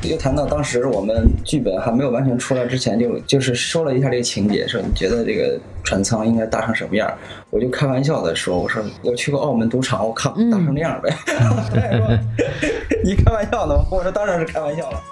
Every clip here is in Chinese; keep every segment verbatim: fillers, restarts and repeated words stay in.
又谈到当时我们剧本还没有完全出来之前就，就就是说了一下这个情节，说你觉得这个船舱应该搭成什么样？我就开玩笑的说，我说我去过澳门赌场，我靠，搭成那样呗。他也说你开玩笑呢吗？我说当然是开玩笑了。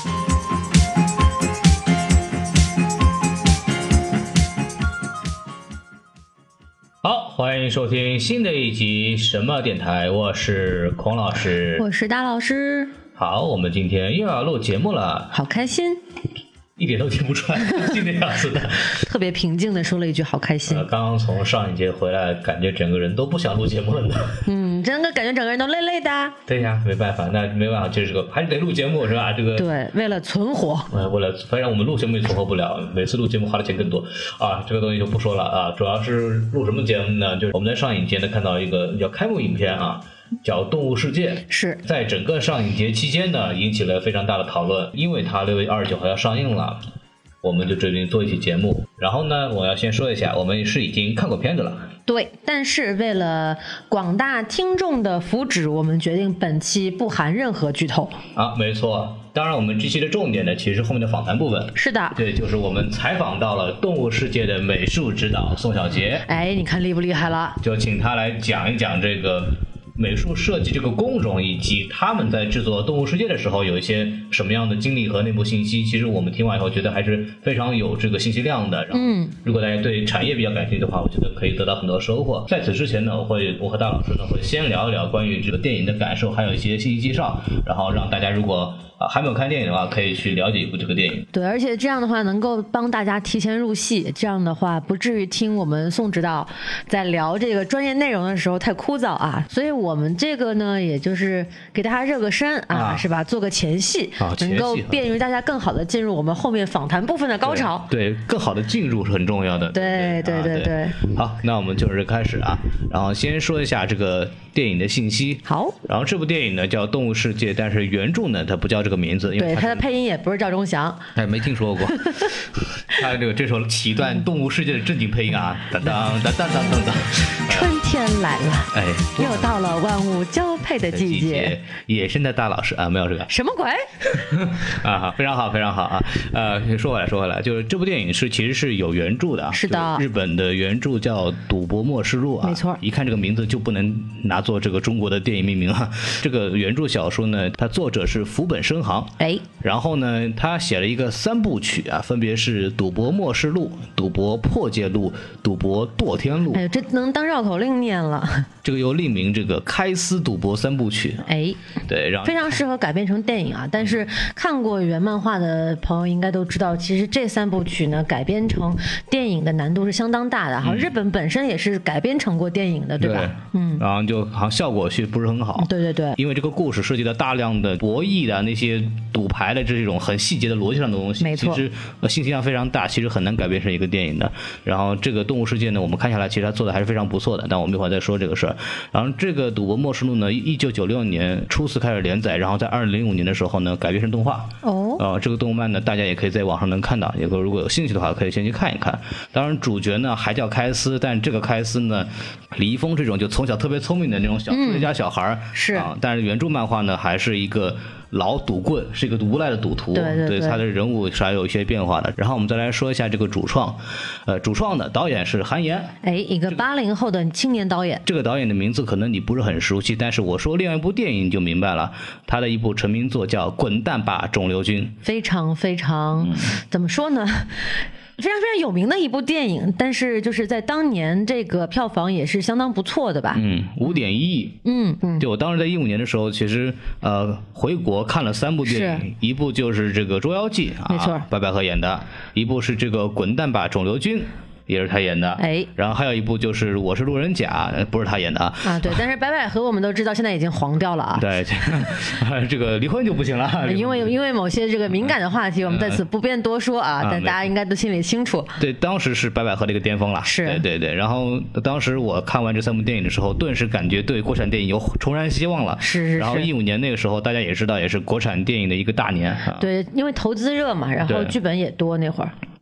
好，欢迎收听新的一集什么电台，我是孔老师， 我是大老师。 好，我们今天又要录节目了， 好开心， 一点都听不出来这个样子的。 特别平静的说了一句好开心。 呃，刚刚从上一节回来，感觉整个人都不想录节目了呢。 嗯，真的感觉整个人都累累的。 对呀，没办法，那没办法，就是个还是得录节目是吧？这个对，为了存活。 呃，为了反正我们录节目也存活不了，每次录节目花的钱更多啊。这个东西就不说了啊，主要是录什么节目呢？就是我们在上影节呢看到一个叫开幕影片啊。叫《动物世界》， 是在整个上影节期间呢，引起了非常大的讨论，因为它六月二十九号要上映了，我们就决定做一期节目。然后呢，我要先说一下，我们是已经看过片子了。 对，但是为了广大听众的福祉，我们决定本期不含任何剧透。 啊，没错。当然，我们这期的重点呢，其实是后面的访谈部分。 是的， 对，就是我们采访到了《动物世界》的美术指导宋小杰。 哎，你看厉不厉害了？ 就请他来讲一讲这个美术设计这个工种，以及他们在制作《动物世界》的时候有一些什么样的经历和内部信息。其实我们听完以后觉得还是非常有这个信息量的。然后，如果大家对产业比较感兴趣的话，我觉得可以得到很多收获。在此之前呢，我会我和大老师呢会先聊一聊关于这个电影的感受，还有一些信息介绍，然后让大家如果啊还没有看电影的话，可以去了解一部这个电影。 对，而且这样的话能够帮大家提前入戏，这样的话不至于听我们宋指导在聊这个专业内容的时候太枯燥啊。所以我们这个呢，也就是给大家热个身啊，啊是吧？做个前戏， 啊、 能够便于大家更好的进入我们后面访谈部分的高潮。 对，对更好的进入是很重要的。 对对对 对, 对, 对。好，那我们就是开始啊，然后先说一下这个电影的信息。 好， 然后这部电影呢叫《动物世界》，但是原著呢它不叫这个名字，因为对它的配音也不是赵忠祥， 哎，没听说过。他这个这时候起一段《动物世界》的正经配音啊，当当当当当当当。 春天来了， 哎， 又到了万物交配的季节。 野生的大老师啊，没有这个什么鬼啊？非常好，非常好啊。呃，说回来，说回来，就是这部电影是其实是有原著的啊， 是的， 日本的原著叫《赌博默示录》啊， 没错。 一看这个名字就不能拿做这个中国的电影命名啊。这个原著小说呢，它作者是福本伸行， 哎， 然后呢，他写了一个三部曲啊，分别是《赌博默示录》、《赌博破戒录》、《赌博堕天录》。 哎呦，这能当绕口令念了。 这个又命名这个开司赌博三部曲。 哎， 对，让非常适合改编成电影啊。但是看过原漫画的朋友应该都知道，其实这三部曲呢改编成电影的难度是相当大的哈、嗯。日本本身也是改编成过电影的，对吧？ 对， 嗯， 然后就好像效果其实不是很好。 对对对， 因为这个故事涉及到大量的博弈的那些赌牌的这种很细节的逻辑上的东西， 没错， 其实呃信息量非常大，其实很难改编成一个电影的。然后这个动物世界呢，我们看下来其实它做的还是非常不错的，但我们一会儿再说这个事儿。然后这个赌博默示录呢，一九九六年初次开始连载，然后在二零零五年的时候呢改编成动画。 哦， 呃，这个动漫呢，大家也可以在网上能看到，也如果有兴趣的话，可以先去看一看。当然，主角呢还叫开司，但这个开司呢，李易峰这种就从小特别聪明的那种小科学家小孩、嗯、 是啊，但是原著漫画呢还是一个老赌棍，是一个无赖的赌徒， 对对对， 对他的人物是还有一些变化的。然后我们再来说一下这个主创，呃，主创的导演是韩延， 哎，一个八零后的青年导演。 这个导演的名字可能你不是很熟悉，但是我说另外一部电影你就明白了，他的一部成名作叫《滚蛋吧，肿瘤君》， 非常非常、嗯、怎么说呢？非常非常有名的一部电影，但是就是在当年这个票房也是相当不错的吧？ 嗯，五点一亿。 嗯嗯， 就我当时在一五年的时候，其实呃回国看了三部电影，一部就是这个《捉妖记》啊， 没错， 白百合演的；一部是这个《滚蛋吧，肿瘤君》。也是他演的， 哎， 然后还有一部就是《我是路人甲》，不是他演的啊。 啊，对，但是白百合我们都知道现在已经黄掉了啊。 对，这个离婚就不行了， 因为因为某些这个敏感的话题，我们在此不便多说啊，嗯、但大家应该都心里清楚。 对，当时是白百合的一个巅峰了， 是， 对对对。然后当时我看完这三部电影的时候，顿时感觉对国产电影有重燃希望了。 是是是。 然后一五年那个时候，大家也知道，也是国产电影的一个大年。 对，因为投资热嘛，然后剧本也多那会儿。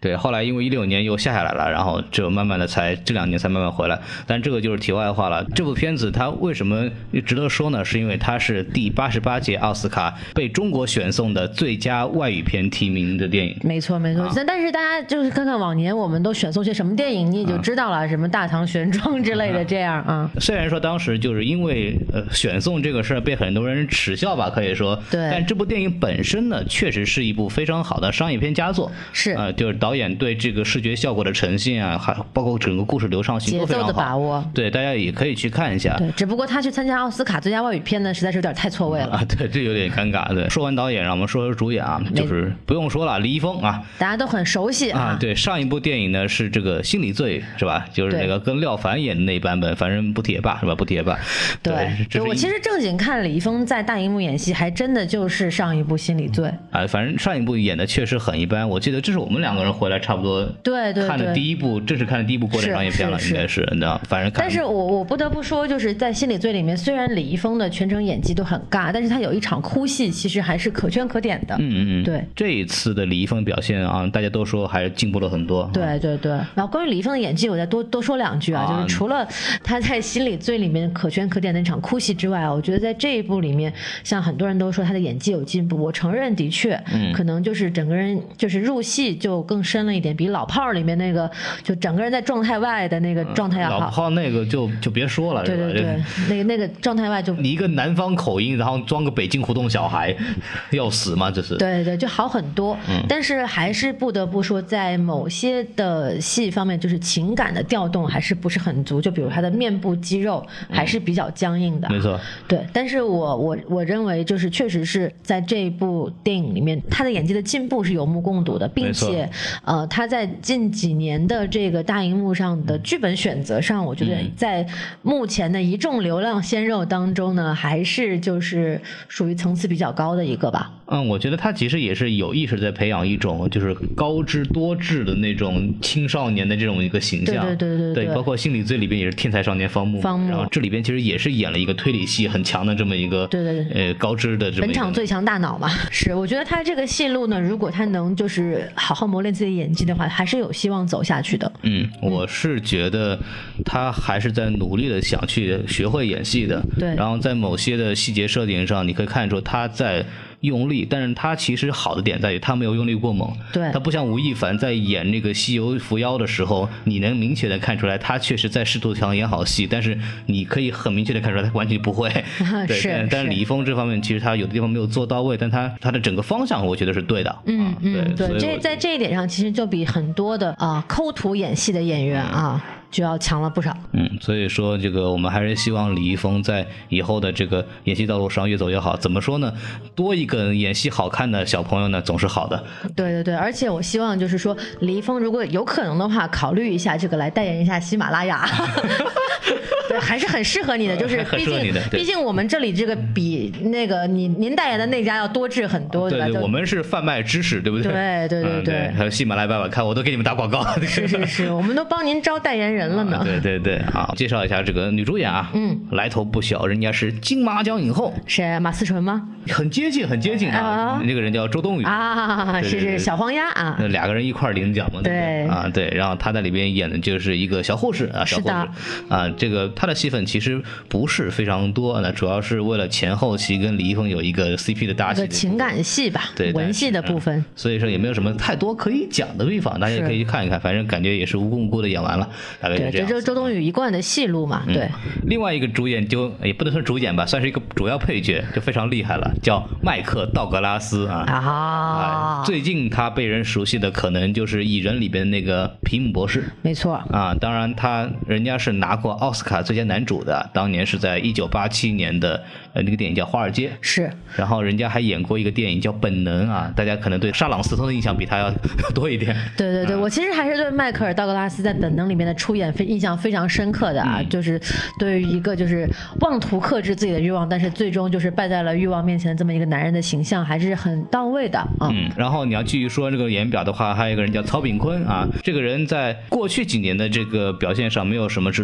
对，后来因为一六年又下下来了，然后就慢慢的才这两年才慢慢回来。但这个就是题外话了。这部片子它为什么值得说呢？是因为它是第八十八届奥斯卡被中国选送的最佳外语片提名的电影。 没错没错，但、啊、但是大家就是看看往年我们都选送些什么电影，你也就知道了，啊、什么大唐玄奘之类的这样啊。 虽然说当时就是因为呃选送这个事儿被很多人耻笑吧，可以说， 对， 但这部电影本身呢，确实是一部非常好的商业片佳作。 是， 呃，就是导演对这个视觉效果的呈现啊，还包括整个故事流畅性都非常好， 节奏的把握， 对，大家也可以去看一下。 对，只不过他去参加奥斯卡最佳外语片呢，实在是有点太错位了啊，对，这有点尴尬。对，说完导演，让我们说说主演啊，就是不用说了，李易峰啊， 大家都很熟悉啊。 啊对，上一部电影呢是这个《心理罪》，是吧？就是那个跟廖凡演的那版本，反正不提也罢，是吧？不提也罢。 对，对我其实正经看李易峰在大荧幕演戏，还真的就是上一部《心理罪》 啊，反正上一部演的确实很一般。我记得这是我们两个人回来差不多对对看的第一部，正式看的第一部国产商业片了，应该是，你知道，反正看。 但是我我不得不说，就是在《心理罪》里面，虽然李易峰的全程演技都很尬，但是他有一场哭戏，其实还是可圈可点的。 嗯嗯嗯， 对， 这一次的李易峰表现啊，大家都说还是进步了很多。 对对对，然后关于李易峰的演技，我再多多说两句啊，啊就是除了他在《心理罪》里面可圈可点的那场哭戏之外，我觉得在这一部里面，像很多人都说他的演技有进步，我承认的确，嗯，可能就是整个人就是入戏就更深了一点，比老炮儿里面那个就整个人在状态外的那个状态要好。 老炮那个就就别说了， 对对对，那个那个状态外就你一个南方口音，然后装个北京胡同小孩，要死吗？这是对对，就好很多。嗯，但是还是不得不说，在某些的戏方面，就是情感的调动还是不是很足。就比如他的面部肌肉还是比较僵硬的。 嗯、没错。 对，但是我我我认为就是确实是在这部电影里面，他的演技的进步是有目共睹的，并且呃他在近几年的这个大荧幕上的剧本选择上，我觉得在目前的一众流量鲜肉当中呢，还是就是属于层次比较高的一个吧。 嗯，我觉得他其实也是有意识在培养一种就是高知多智的那种青少年的这种一个形象。 对对对对对, 对，包括《心理罪》里边也是天才少年方木， 方木， 然后这里边其实也是演了一个推理戏很强的这么一个， 对对对， 呃，高知的这么一个本场最强大脑嘛。是，我觉得他这个戏路呢，如果他能就是好好磨练自己的演技的话，还是有希望走下去的。 嗯，我是觉得他还是在努力的想去学会演戏的。 对， 然后在某些的细节设定上，你可以看出他在用力，但是他其实好的点在于他没有用力过猛。 对， 他不像吴亦凡在演那个《西游伏妖》的时候，你能明确的看出来他确实在试图想演好戏，但是你可以很明确的看出来他完全不会。对， 是， 但是李易峰这方面其实他有的地方没有做到位，但他他的整个方向我觉得是对的。 嗯、 啊、 嗯， 对， 对，这在这一点上其实就比很多的啊、呃、抠图演戏的演员啊。嗯就要强了不少。 嗯，所以说这个我们还是希望李易峰在以后的这个演戏道路上越走越好。怎么说呢？多一个演戏好看的小朋友呢，总是好的。 对对对，而且我希望就是说，李易峰如果有可能的话，考虑一下这个来代言一下喜马拉雅。对，还是很适合你的，就是毕竟毕竟我们这里这个比那个你您代言的那家要多质很多， 对吧？ 对，我们是贩卖知识，对不对？ 对对对对， 对， 还有喜马拉雅爸爸看，我都给你们打广告。 是是是，我们都帮您招代言人了呢。 啊、对对对，好，介绍一下这个女主演啊，嗯，来头不小，人家是金马奖影后， 谁？马思纯吗？ 很接近，很接近啊。啊那个人叫周冬雨啊，对对对是是小黄鸭啊， 那两个人一块领奖嘛，对不对？啊，对，然后她在里边演的就是一个小护士啊，小护士啊，这个她的戏份其实不是非常多，那主要是为了前后期跟李易峰有一个 C P 的搭戏， 情感戏吧， 对， 文戏的部分、嗯， 所以说也没有什么太多可以讲的地方，大家可以去看一看，反正感觉也是无辜无辜的演完了，大概是这样。 对，这就是周冬雨一贯的戏路嘛，对、 嗯。另外一个主演就也不能说主演吧，算是一个主要配角，就非常厉害了，叫麦克道格拉斯啊。啊，最近他被人熟悉的可能就是《蚁人》里边的那个皮姆博士， 没错啊。当然他人家是拿过奥斯卡最佳男主的，当年是在一九八七年的呃那个电影叫《华尔街》， 是。 然后人家还演过一个电影叫《本能》啊，大家可能对沙朗斯通的印象比他要多一点。 对对对，啊、我其实还是对迈克尔道格拉斯在《本能》里面的出演非印象非常深刻的啊，嗯、就是对于一个就是妄图克制自己的欲望，但是最终就是败在了欲望面前的这么一个男人的形象，还是很到位的啊。 嗯，然后你要继续说这个演员表的话，还有一个人叫曹炳坤啊，这个人在过去几年的这个表现上没有什么值得书写的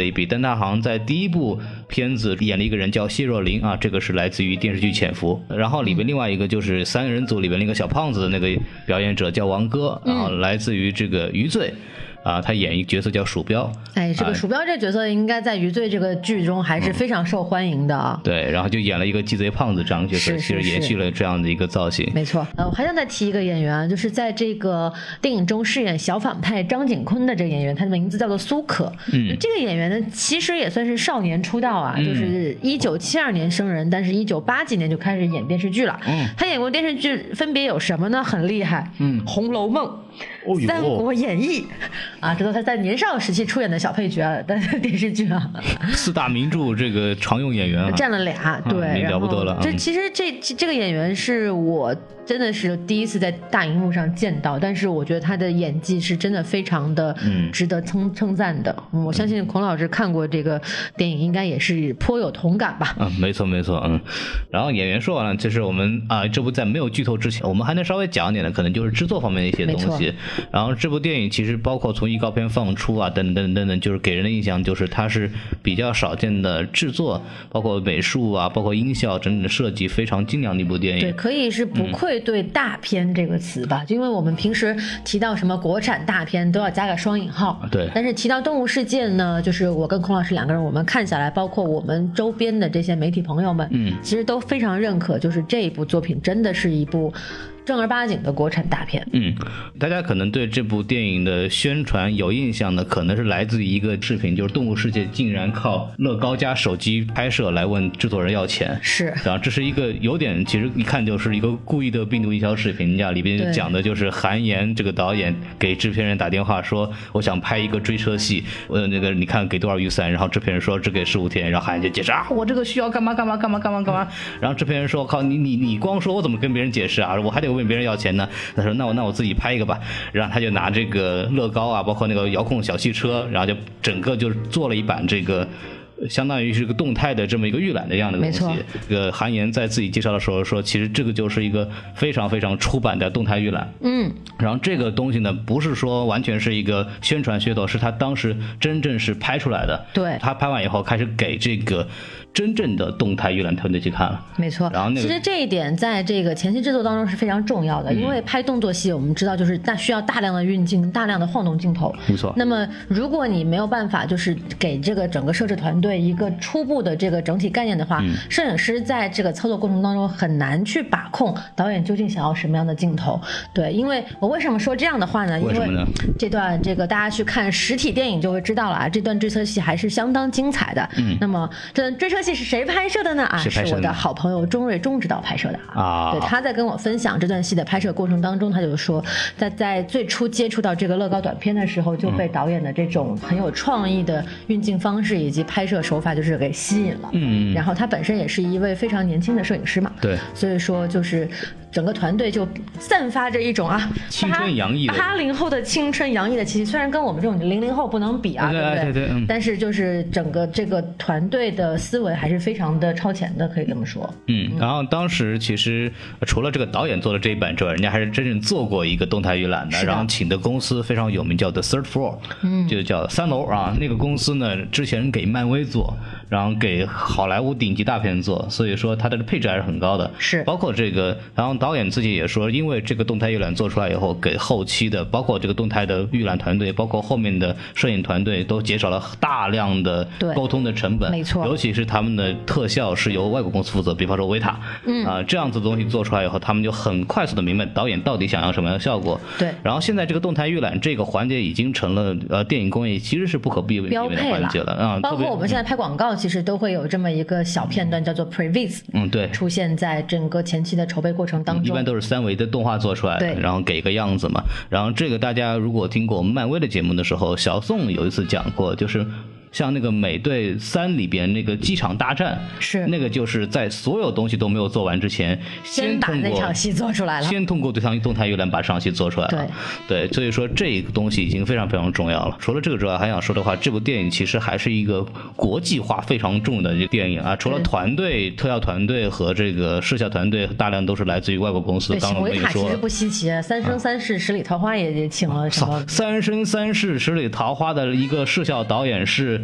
了一笔，但他好像在第一部片子演了一个人叫谢若琳啊，这个是来自于电视剧《潜伏》，然后里边另外一个就是三人组里边那个小胖子的那个表演者叫王歌，然后来自于这个余罪。啊，他演一个角色叫鼠标， 哎，这个鼠标这角色应该在《余罪》这个剧中还是非常受欢迎的啊。 嗯、对，然后就演了一个鸡贼胖子这样的角色，其实延续了这样的一个造型。 没错，呃，我还想再提一个演员，就是在这个电影中饰演小反派张景坤的这个演员，他的名字叫做苏可。嗯，这个演员呢，其实也算是少年出道啊，嗯、就是一九七二年生人，但是一九八几年就开始演电视剧了。嗯，他演过电视剧分别有什么呢？很厉害，嗯，《红楼梦》。 哦、 三国演义啊，这都他在年少时期出演的小配角，但是电视剧啊， 四大名著这个常用演员、啊、 占了俩，对， 啊、了不得了。 这其实这这个演员是我真的是第一次在大荧幕上见到，但是我觉得他的演技是真的非常的值得称称赞的。嗯、我相信孔老师看过这个电影，应该也是颇有同感吧？ 嗯，没错没错，嗯。然后演员说完了，就是我们啊，这部在没有剧透之前，我们还能稍微讲一点的，可能就是制作方面的一些东西。然后这部电影其实包括从预告片放出啊，等等等等，就是给人的印象就是它是比较少见的制作，包括美术啊，包括音效整整的设计非常精良的一部电影。 对，可以是不愧对大片这个词吧，嗯、因为我们平时提到什么国产大片都要加个双引号。 对。 但是提到动物世界呢，就是我跟孔老师两个人，我们看下来，包括我们周边的这些媒体朋友们，嗯，其实都非常认可，就是这一部作品真的是一部正儿八经的国产大片。 嗯，大家可能对这部电影的宣传有印象的，可能是来自于一个视频，就是《动物世界》竟然靠乐高加手机拍摄来问制作人要钱。 是， 然后这是一个有点，其实一看就是一个故意的病毒营销视频，里边讲的就是韩延这个导演给制片人打电话说，我想拍一个追车戏，我那个你看给多少预算，然后制片人说只给十五天，然后韩延就解释啊，我这个需要干嘛干嘛干嘛干嘛干嘛，然后制片人说靠你你你光说我怎么跟别人解释啊，我还得问别人要钱呢。他说那我那我自己拍一个吧，然后他就拿这个乐高啊，包括那个遥控小汽车，然后就整个就做了一版这个相当于是个动态的这么一个预览的样的东西。这个韩延在自己介绍的时候说，其实这个就是一个非常非常出版的动态预览。嗯，然后这个东西呢，不是说完全是一个宣传噱头，是他当时真正是拍出来的。 对， 他拍完以后开始给这个真正的动态预览团队去看了。 没错， 然后、那个、 其实这一点在这个前期制作当中是非常重要的，嗯、因为拍动作戏我们知道就是大需要大量的运镜、大量的晃动镜头。 没错。 那么如果你没有办法就是给这个整个摄制团队一个初步的这个整体概念的话，嗯、摄影师在这个操作过程当中很难去把控导演究竟想要什么样的镜头。对，因为我为什么说这样的话呢？ 为什么呢？ 因为这段这个大家去看实体电影就会知道了啊，这段追车戏还是相当精彩的。嗯。那么这段追车戏是谁拍摄的呢？啊， 是, 是我的好朋友钟瑞钟指导拍摄的啊。 对，他在跟我分享这段戏的拍摄过程当中，他就说，在在最初接触到这个乐高短片的时候，就被导演的这种很有创意的运镜方式以及拍摄手法就是给吸引了。嗯。然后他本身也是一位非常年轻的摄影师嘛。 对。 所以说就是整个团队就散发着一种啊青春洋溢的八零后的青春洋溢的气息，虽然跟我们这种零零后不能比啊， 对不对？ 对对。嗯。 但是就是整个这个团队的思维还是非常的超前的，可以这么说。 嗯，然后当时其实除了这个导演做的这一版之外，人家还是真正做过一个动态预览的，然后请的公司非常有名，叫 The Third Floor， 嗯，就叫三楼啊。那个公司呢，之前给漫威做，然后给好莱坞顶级大片做，所以说它的配置还是很高的。 是， 包括这个，然后导演自己也说，因为这个动态预览做出来以后，给后期的包括这个动态的预览团队，包括后面的摄影团队都减少了大量的沟通的成本。 没错， 尤其是他们的特效是由外国公司负责，比方说维塔，嗯啊、呃，这样子的东西做出来以后，他们就很快速的明白导演到底想要什么样的效果。 对， 然后现在这个动态预览这个环节已经成了呃电影工业其实是不可避免的环节了啊、嗯。 包括我们现在拍广告，其实都会有这么一个小片段，叫做 previs， 嗯，对， 出现在整个前期的筹备过程当中。 嗯、一般都是三维的动画做出来的，然后给个样子嘛。然后这个大家如果听过漫威的节目的时候，小宋有一次讲过，就是像那个美队三里边那个机场大战， 是那个就是在所有东西都没有做完之前， 先把那场戏做出来了， 先通过对象动态预览把这场戏做出来了。对，对，所以说这个东西已经非常非常重要了。除了这个之外，还想说的话，这部电影其实还是一个国际化非常重的这个电影啊。除了团队、特效团队和这个视效团队，大量都是来自于外国公司。刚刚我跟你说， 其实不稀奇，三生三世十里桃花也请了什么？ 三生三世十里桃花的一个视效导演是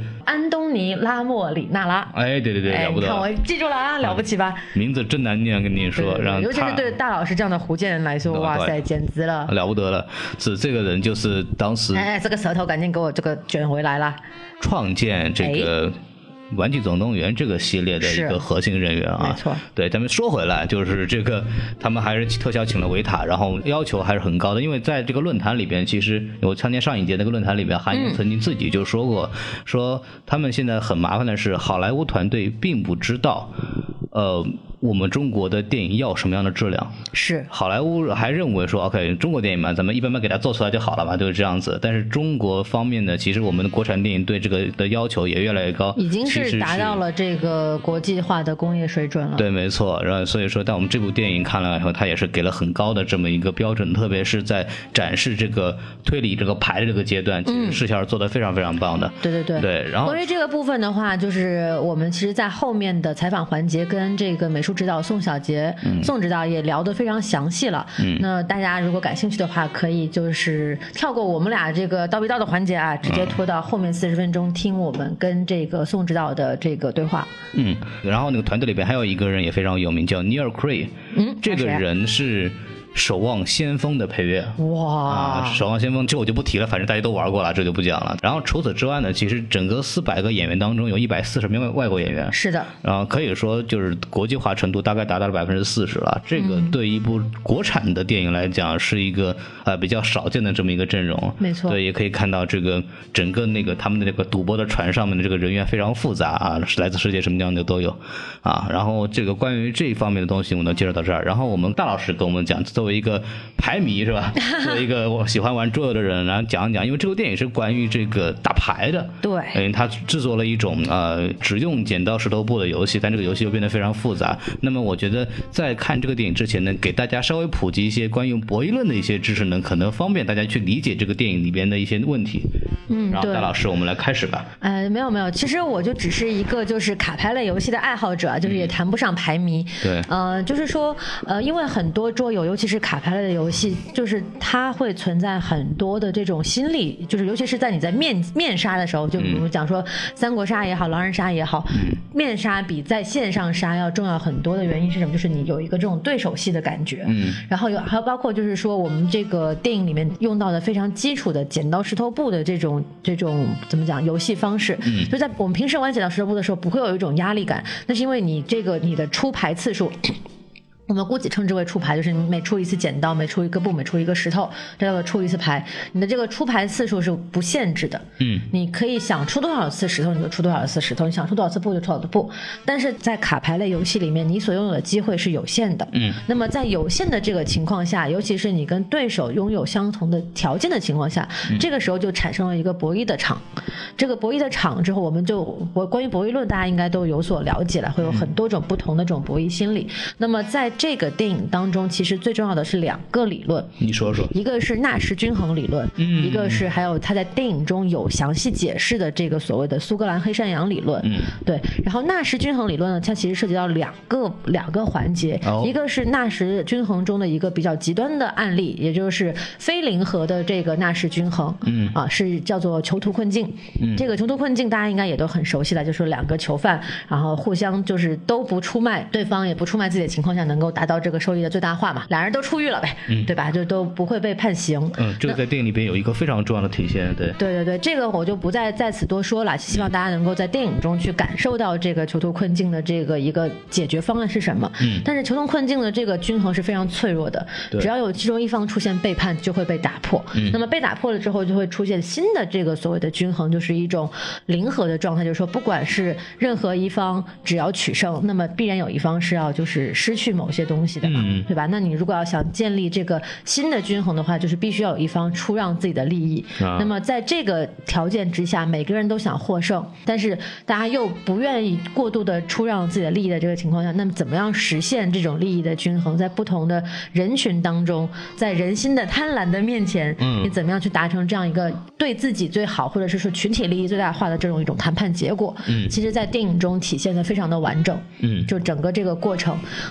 安东尼拉莫里纳拉。 哎，对对对，了不得！ 哎、你看我记住了啊，了不起吧？ 名字真难念，跟你说， 对对对， 让尤其是对大老师这样的福建人来说，哇塞，简直了， 了不得了！是这个人，就是当时哎，这个舌头赶紧给我这个卷回来了， 创建这个。哎玩具总动员这个系列的一个核心人员啊， 没错。 对，咱们说回来，就是这个他们还是特效请了维塔，然后要求还是很高的，因为在这个论坛里边，其实我参加上一届那个论坛里边，韩延曾经自己就说过，嗯、说他们现在很麻烦的是，好莱坞团队并不知道，呃。我们中国的电影要什么样的质量？ 是好莱坞还认为说 ，OK， 中国电影嘛，咱们一般般给它做出来就好了嘛，就是这样子。但是中国方面呢，其实我们的国产电影对这个的要求也越来越高， 已经是达到了这个国际化的工业水准了。 对，没错。然后所以说，在我们这部电影看了以后，它也是给了很高的这么一个标准，特别是在展示这个推理这个牌的这个阶段，其实视效做得非常非常棒的。 嗯、对对对对。然后关于这个部分的话，就是我们其实，在后面的采访环节跟这个美术指导宋小杰。嗯、宋指导也聊得非常详细了、嗯、那大家如果感兴趣的话，可以就是跳过我们俩这个叨逼叨的环节啊，直接拖到后面四十分钟听我们跟这个宋指导的这个对话。 嗯，然后那个团队里边还有一个人也非常有名，叫尼尔·克瑞。嗯，这个人是守望先锋的配乐。 哇、 啊！守望先锋这我就不提了，反正大家都玩过了，这就不讲了。然后除此之外呢，其实整个四百个演员当中有一百四十名外国演员。 是的。 然后可以说就是国际化程度大概达到了百分之四十了。这个对一部国产的电影来讲是一个呃比较少见的这么一个阵容。 没错。 对，也可以看到这个整个那个他们的那个赌博的船上面的这个人员非常复杂啊，是来自世界什么样的都有啊。然后这个关于这一方面的东西我能介绍到这儿。然后我们大老师跟我们讲，作为一个牌迷是吧？作为一个我喜欢玩桌游的人，然后讲一讲，因为这部电影是关于这个打牌的。 对， 嗯，他制作了一种呃只用剪刀石头布的游戏，但这个游戏又变得非常复杂。那么我觉得在看这个电影之前呢，给大家稍微普及一些关于博弈论的一些知识呢，可能方便大家去理解这个电影里边的一些问题。 嗯， 然后戴老师，我们来开始吧。 呃，没有没有，其实我就只是一个就是卡牌类游戏的爱好者，就是也谈不上牌迷。 对， 呃，就是说呃，因为很多桌游，尤其是卡牌类的游戏，就是它会存在很多的这种心理，就是尤其是在你在面面杀的时候，就比如讲说三国杀也好，狼人杀也好，嗯、面杀比在线上杀要重要很多的原因是什么？就是你有一个这种对手戏的感觉。嗯，然后有还有包括就是说我们这个电影里面用到的非常基础的剪刀石头布的这种这种怎么讲游戏方式，嗯，就在我们平时玩剪刀石头布的时候不会有一种压力感，那是因为你这个你的出牌次数。我们姑且称之为出牌，就是你每出一次剪刀，每出一个布，每出一个石头，这叫做出一次牌。你的这个出牌次数是不限制的，嗯，你可以想出多少次石头你就出多少次石头，你想出多少次布就出多少次布。但是在卡牌类游戏里面，你所拥有的机会是有限的，嗯。那么在有限的这个情况下，尤其是你跟对手拥有相同的条件的情况下，嗯、这个时候就产生了一个博弈的场。这个博弈的场之后，我们就关于博弈论大家应该都有所了解了，会有很多种不同的这种博弈心理。那么在这个电影当中，其实最重要的是两个理论， 你说说。 一个是纳什均衡理论，嗯，一个是还有他在电影中有详细解释的这个所谓的苏格兰黑山羊理论，嗯，对。然后纳什均衡理论呢，它其实涉及到两个两个环节，哦、一个是纳什均衡中的一个比较极端的案例，也就是非零和的这个纳什均衡，嗯啊，是叫做囚徒困境。嗯，这个囚徒困境大家应该也都很熟悉了，就是两个囚犯，然后互相就是都不出卖对方，也不出卖自己的情况下，能够达到这个收益的最大化嘛，俩人都出狱了呗，嗯、对吧？就都不会被判刑。 嗯，这个在电影里边有一个非常重要的体现，对。 对对对，这个我就不再在此多说了，希望大家能够在电影中去感受到这个囚徒困境的这个一个解决方案是什么。嗯，但是囚徒困境的这个均衡是非常脆弱的，只要有其中一方出现背叛，就会被打破。嗯，那么被打破了之后，就会出现新的这个所谓的均衡，就是一种零和的状态，就是说不管是任何一方只要取胜，那么必然有一方是要就是失去某些东西的嘛，嗯、对吧？那你如果要想建立这个新的均衡的话，就是必须要有一方出让自己的利益。啊、那么在这个条件之下，每个人都想获胜，但是大家又不愿意过度的出让自己的利益的这个情况下，那么怎么样实现这种利益的均衡？在不同的人群当中，在人心的贪婪的面前，嗯、你怎么样去达成这样一个对自己最好，或者是说群体利益最大化的这种一种谈判结果？嗯，其实在电影中体现的非常的完整。嗯，就整个这个过程，所以说。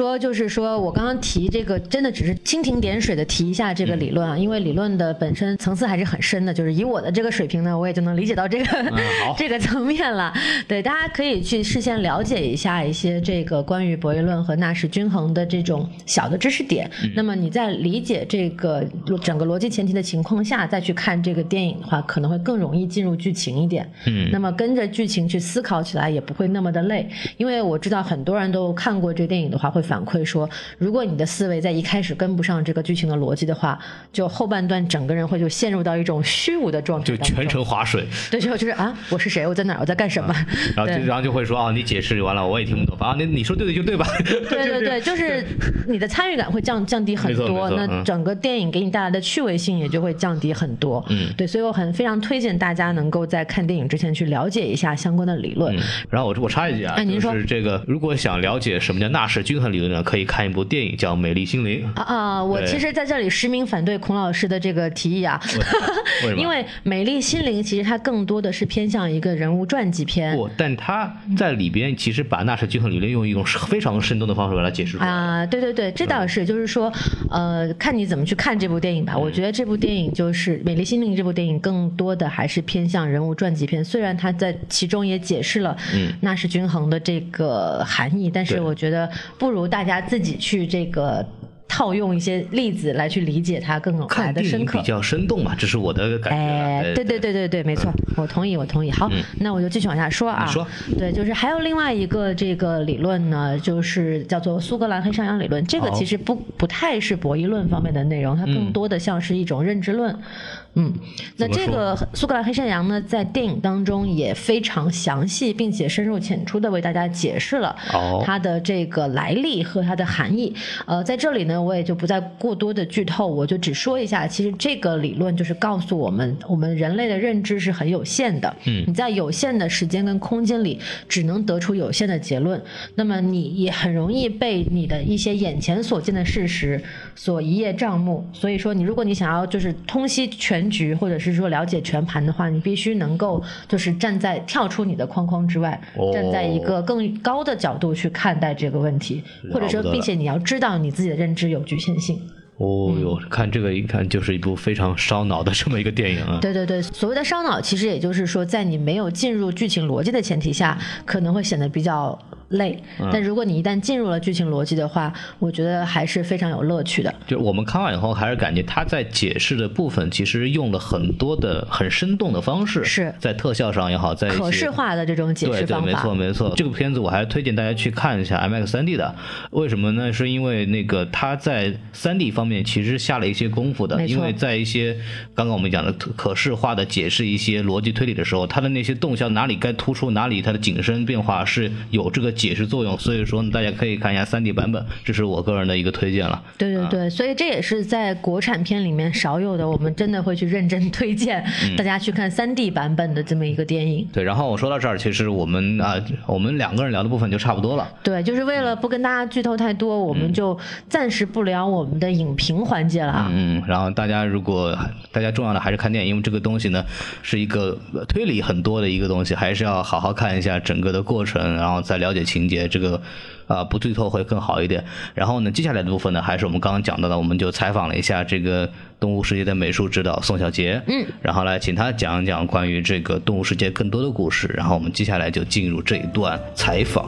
说就是说我刚刚提这个真的只是蜻蜓点水的提一下这个理论啊，因为理论的本身层次还是很深的，就是以我的这个水平呢，我也就能理解到这个、嗯、这个层面了。对，大家可以去事先了解一下一些这个关于博弈论和纳什均衡的这种小的知识点、嗯、那么你在理解这个整个逻辑前提的情况下再去看这个电影的话，可能会更容易进入剧情一点。嗯，那么跟着剧情去思考起来也不会那么的累，因为我知道很多人都看过这电影的话会反馈说，如果你的思维在一开始跟不上这个剧情的逻辑的话，就后半段整个人会就陷入到一种虚无的状态， 就全程划水。 对，就就是啊，我是谁？我在哪儿？我在干什么？啊、 然后就然后就会说啊，你解释完了我也听不懂啊，你你说对的就对吧？ 对对对，就是你的参与感会降降低很多，那整个电影给你带来的趣味性也就会降低很多。嗯，对，所以我很非常推荐大家能够在看电影之前去了解一下相关的理论。嗯、 然后我我插一句啊， 哎、 就是这个如果想了解什么叫纳什均衡理论呢，可以看一部电影叫《美丽心灵》 啊啊！我其实在这里实名反对孔老师的这个提议啊， 为什么？ 因为《美丽心灵》其实它更多的是偏向一个人物传记片， 不，但它在里边其实把纳什均衡理论用一种非常生动的方式把它解释出来啊！对对对，这倒是，就是说，呃，看你怎么去看这部电影吧。嗯、我觉得这部电影就是《美丽心灵》这部电影，更多的还是偏向人物传记片。虽然它在其中也解释了纳什均衡的这个含义，嗯、但是我觉得不如大家自己去这个套用一些例子来去理解它更来的深刻， 比较生动嘛，这是我的感觉。 哎，对对对对对，没错，嗯、我同意，我同意。好，嗯、那我就继续往下说啊。 你说， 对，就是还有另外一个这个理论呢，就是叫做苏格兰黑山羊理论。这个其实不不太是博弈论方面的内容，它更多的像是一种认知论。嗯，那这个苏格兰黑山羊呢，在电影当中也非常详细并且深入浅出的为大家解释了它的这个来历和它的含义。呃，在这里呢，我也就不再过多的剧透，我就只说一下，其实这个理论就是告诉我们，我们人类的认知是很有限的。嗯，你在有限的时间跟空间里，只能得出有限的结论。那么你也很容易被你的一些眼前所见的事实所一叶障目。所以说，你如果你想要就是通悉全局，或者是说了解全盘的话，你必须能够就是站在跳出你的框框之外，哦、站在一个更高的角度去看待这个问题，或者说并且你要知道你自己的认知有局限性。 哦哟，嗯、看这个一看就是一部非常烧脑的这么一个电影啊！ 对对对，所谓的烧脑，其实也就是说，在你没有进入剧情逻辑的前提下，可能会显得比较累。嗯、但如果你一旦进入了剧情逻辑的话，我觉得还是非常有乐趣的。 就我们看完以后，还是感觉他在解释的部分，其实用了很多的很生动的方式， 是在特效上也好，在可视化的这种解释方法。 对对，没错没错。这个片子我还推荐大家去看一下 I M A X 三 D 的，为什么呢？是因为那个他在三 D 方面其实下了一些功夫的，因为在一些刚刚我们讲的可视化的解释一些逻辑推理的时候，它的那些动效哪里该突出，哪里它的景深变化是有这个解释作用，所以说大家可以看一下 三 D 版本，这是我个人的一个推荐了。 对对对，啊、所以这也是在国产片里面少有的，我们真的会去认真推荐大家去看 三 D 版本的这么一个电影。 对，然后我说到这儿，其实我们啊，我们两个人聊的部分就差不多了。 对，就是为了不跟大家剧透太多，我们就暂时不聊我们的影评环节了啊。 嗯，然后大家如果大家重要的还是看电影，因为这个东西呢是一个推理很多的一个东西，还是要好好看一下整个的过程，然后再了解情节，这个啊、呃、不剧透会更好一点。然后呢，接下来的部分呢，还是我们刚刚讲到的，我们就采访了一下这个动物世界的美术指导宋小杰，嗯，然后来请他讲一讲关于这个动物世界更多的故事。然后我们接下来就进入这一段采访。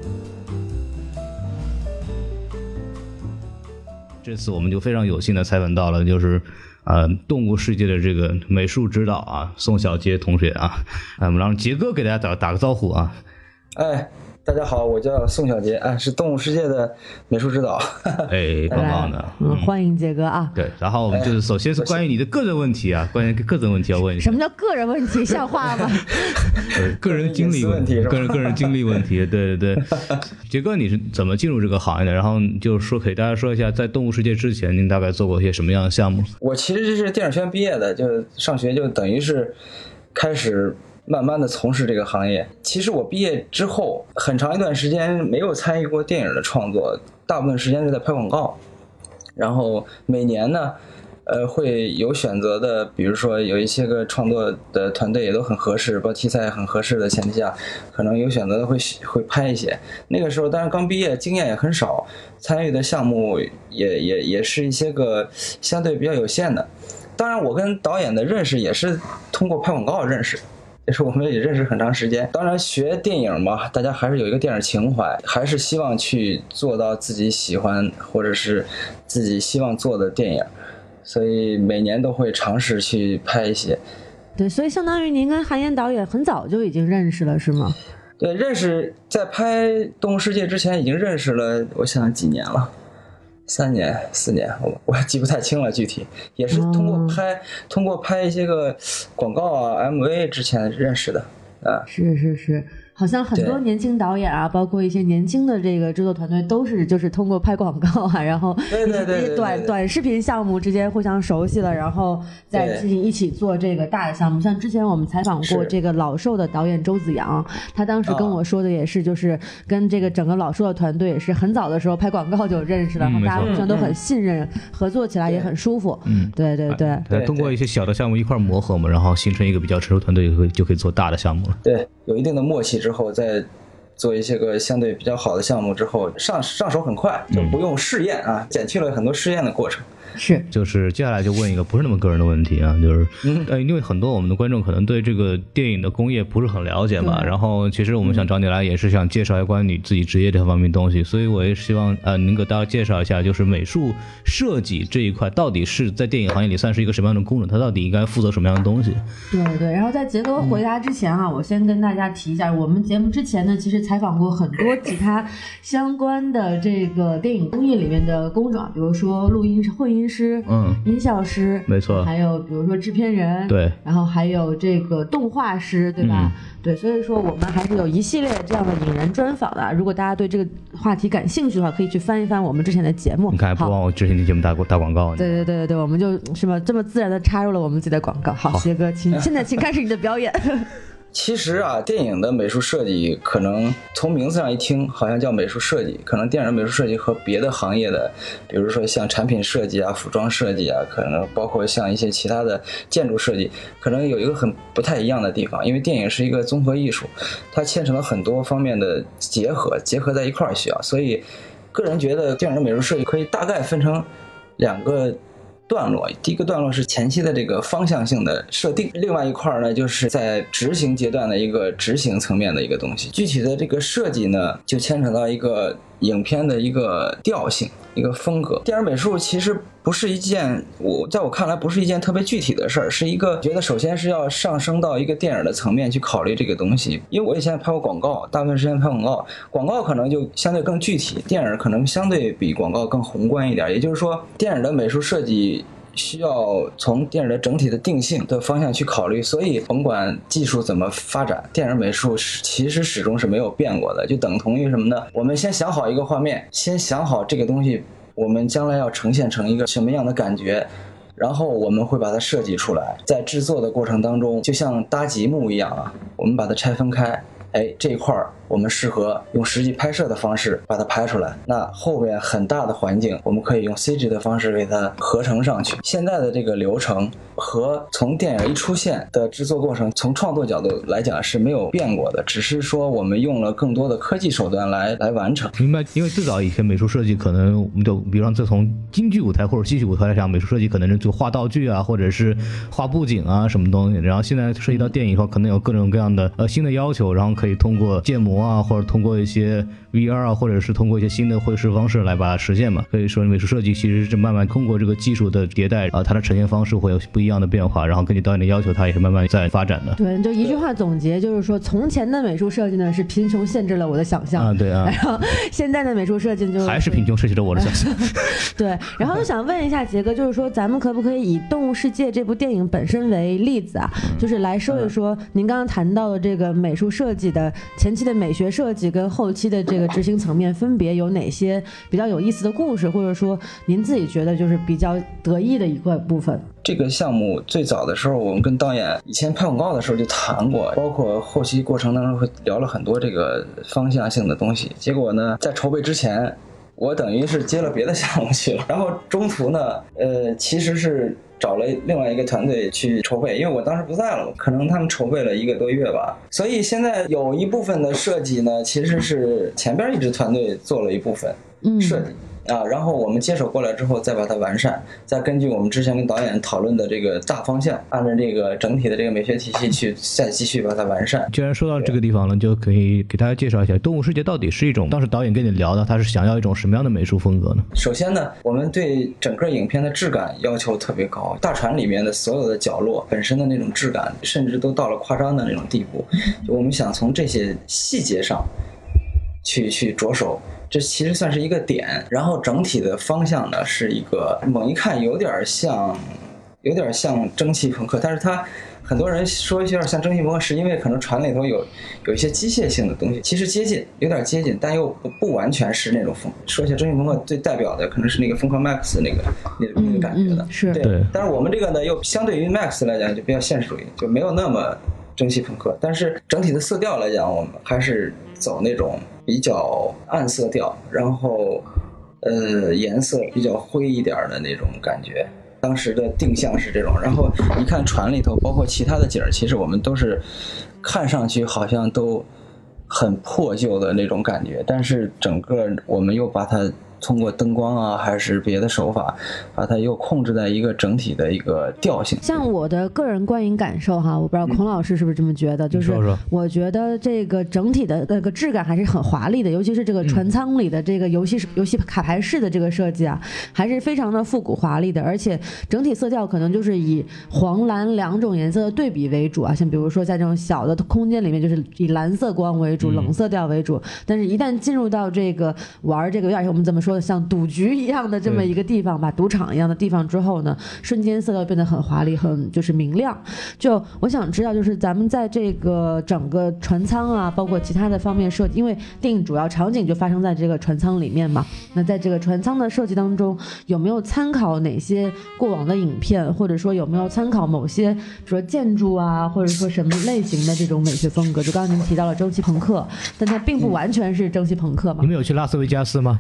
这次我们就非常有幸的采访到了，就是呃动物世界的这个美术指导啊，宋小杰同学啊，我们让杰哥给大家打打个招呼啊。 哎，大家好，我叫宋小杰，啊，是动物世界的美术指导。 哎，棒棒的， 嗯，欢迎杰哥啊。 对，然后我们就是首先是关于你的个人问题啊，关于个人问题要问一下。 什么叫个人问题？像话吗？ 呃，个人经历问题，个人个人经历问题，对对对。杰哥，你是怎么进入这个行业的？然后就是说，给大家说一下，在动物世界之前，您大概做过一些什么样的项目？ 我其实是电影学院毕业的，就上学就等于是开始慢慢的从事这个行业。其实我毕业之后很长一段时间没有参与过电影的创作，大部分时间是在拍广告。然后每年呢呃，会有选择的，比如说有一些个创作的团队也都很合适，包括题材很合适的前提下，可能有选择的会会拍一些。那个时候当然刚毕业，经验也很少，参与的项目也也也是一些个相对比较有限的。当然，我跟导演的认识也是通过拍广告认识。也是我们也认识很长时间。当然学电影嘛，大家还是有一个电影情怀，还是希望去做到自己喜欢或者是自己希望做的电影，所以每年都会尝试去拍一些。 对，所以相当于您跟韩延导演很早就已经认识了，是吗？ 对，认识在拍《动物世界》之前已经认识了，我想几年了。三年四年，我我记不太清了，具体也是通过拍、哦、通过拍一些个广告啊 M V 之前认识的啊。 是是是，好像很多年轻导演啊，包括一些年轻的这个制作团队，都是就是通过拍广告啊，然后对对对对短短视频项目之间互相熟悉了，然后再进行一起做这个大的项目。像之前我们采访过这个老兽的导演周子阳，他当时跟我说的也是，就是跟这个整个老兽的团队也是很早的时候拍广告就认识了，然后大家互相都很信任，嗯、合作起来也很舒服。嗯，对对对， 对，通过一些小的项目一块磨合嘛，然后形成一个比较成熟团队，就可以就可以做大的项目了。 对，有一定的默契之后，再做一些个相对比较好的项目之后，上上手很快，就不用试验啊，嗯、减去了很多试验的过程。 是， 就是接下来就问一个不是那么个人的问题啊，就是，嗯、呃，因为很多我们的观众可能对这个电影的工业不是很了解嘛，然后其实我们想找你来也是想介绍一关于你自己职业这方面的东西，所以我也希望呃能给大家介绍一下，就是美术设计这一块到底是在电影行业里算是一个什么样的工种，它到底应该负责什么样的东西？ 对对，然后在杰哥回答之前啊，嗯、我先跟大家提一下，我们节目之前呢，其实采访过很多其他相关的这个电影工业里面的工种，比如说录音混音师，嗯。音效师， 没错， 还有比如说制片人， 对， 然后还有这个动画师，对吧？嗯、对，所以说我们还是有一系列这样的引人专访的。如果大家对这个话题感兴趣的话，可以去翻一翻我们之前的节目。 你看，还不忘我之前的节目打打广告。 对对对对对，我们就是么这么自然的插入了我们自己的广告。好，杰哥，请现在请开始你的表演。 其实啊，电影的美术设计可能从名字上一听好像叫美术设计，可能电影的美术设计和别的行业的，比如说像产品设计啊、服装设计啊，可能包括像一些其他的建筑设计，可能有一个很不太一样的地方。因为电影是一个综合艺术，它牵扯了很多方面的结合，结合在一块儿需要。所以，个人觉得电影的美术设计可以大概分成两个段落。第一个段落是前期的这个方向性的设定，另外一块呢就是在执行阶段的一个执行层面的一个东西。具体的这个设计呢，就牵扯到一个影片的一个调性、一个风格。电影美术其实不是一件，我在我看来不是一件特别具体的事儿，是一个觉得首先是要上升到一个电影的层面去考虑这个东西。因为我以前拍过广告，大部分时间拍广告，广告可能就相对更具体，电影可能相对比广告更宏观一点。也就是说，电影的美术设计需要从电影的整体的定性的方向去考虑，所以甭管技术怎么发展，电影美术其实始终是没有变过的。就等同于什么呢？我们先想好一个画面，先想好这个东西我们将来要呈现成一个什么样的感觉，然后我们会把它设计出来。在制作的过程当中，就像搭积木一样啊，我们把它拆分开，哎，这一块我们适合用实际拍摄的方式把它拍出来，那后面很大的环境我们可以用 C G 的方式给它合成上去。现在的这个流程和从电影一出现的制作过程，从创作角度来讲是没有变过的，只是说我们用了更多的科技手段来来完成。 明白，因为最早以前美术设计可能我们就比方说从京剧舞台或者戏曲舞台来讲，美术设计可能是就画道具啊，或者是画布景啊什么东西，然后现在涉及到电影以后，可能有各种各样的呃新的要求，然后可以通过建模啊，或者通过一些 V R 啊，或者是通过一些新的绘师方式来把它实现嘛。所以说美术设计其实是慢慢通过这个技术的迭代啊，它的呈现方式会有不一样的变化，然后根据导演的要求，它也是慢慢在发展的。 对，就一句话总结，就是说从前的美术设计呢是贫穷限制了我的想象啊，对啊， 然后现在的美术设计就还是贫穷设计了我的想象。 对，然后我想问一下杰哥，就是说咱们可不可以以《动物世界》这部电影本身为例子啊，就是来说一说您刚刚谈到的这个美术设计的前期的美学设计跟后期的这个执行层面分别有哪些比较有意思的故事，或者说您自己觉得就是比较得意的一个部分。 这个项目最早的时候，我们跟导演以前拍广告的时候就谈过，包括后期过程当中会聊了很多这个方向性的东西。结果呢，在筹备之前我等于是接了别的项目去了，然后中途呢，呃，其实是找了另外一个团队去筹备，因为我当时不在了，可能他们筹备了一个多月吧，所以现在有一部分的设计呢，其实是前边一支团队做了一部分设计。嗯啊，然后我们接手过来之后，再把它完善，再根据我们之前跟导演讨论的这个大方向，按照这个整体的这个美学体系去再继续把它完善。 既然说到这个地方了，就可以给大家介绍一下《动物世界》到底是一种，当时导演跟你聊的，他是想要一种什么样的美术风格呢？ 首先呢，我们对整个影片的质感要求特别高，大船里面的所有的角落本身的那种质感，甚至都到了夸张的那种地步。就我们想从这些细节上去去着手。这其实算是一个点，然后整体的方向呢是一个猛一看有点像有点像蒸汽朋克，但是它很多人说有点像蒸汽朋克是因为可能船里头有有一些机械性的东西，其实接近有点接近，但又不不完全是那种风。说起蒸汽朋克最代表的可能是那个疯狂 Max 那个那个那个感觉的， 嗯嗯、是对。但是我们这个呢又相对于 Max 来讲就比较现实主义，就没有那么蒸汽朋克，但是整体的色调来讲我们还是走那种比较暗色调，然后呃颜色比较灰一点的那种感觉，当时的定向是这种。然后你看船里头包括其他的景，其实我们都是看上去好像都很破旧的那种感觉，但是整个我们又把它通过灯光啊还是别的手法把它又控制在一个整体的一个调性。 像我的个人观影感受哈，我不知道孔老师是不是这么觉得、嗯、就是我觉得这个整体的那个质感还是很华丽的，尤其是这个船舱里的这个游戏、嗯、游戏卡牌式的这个设计啊，还是非常的复古华丽的，而且整体色调可能就是以黄蓝两种颜色的对比为主啊，像比如说在这种小的空间里面就是以蓝色光为主、嗯、冷色调为主，但是一旦进入到这个玩这个有点我们怎么说像赌局一样的这么一个地方吧，赌场一样的地方之后呢，瞬间色调变得很华丽，很就是明亮。就我想知道，就是咱们在这个整个船舱啊，包括其他的方面设计，因为电影主要场景就发生在这个船舱里面嘛。那在这个船舱的设计当中，有没有参考哪些过往的影片，或者说有没有参考某些，比如说建筑啊，或者说什么类型的这种美学风格？就刚刚您提到了蒸汽朋克，但它并不完全是蒸汽朋克嘛。 你们有去拉斯维加斯吗？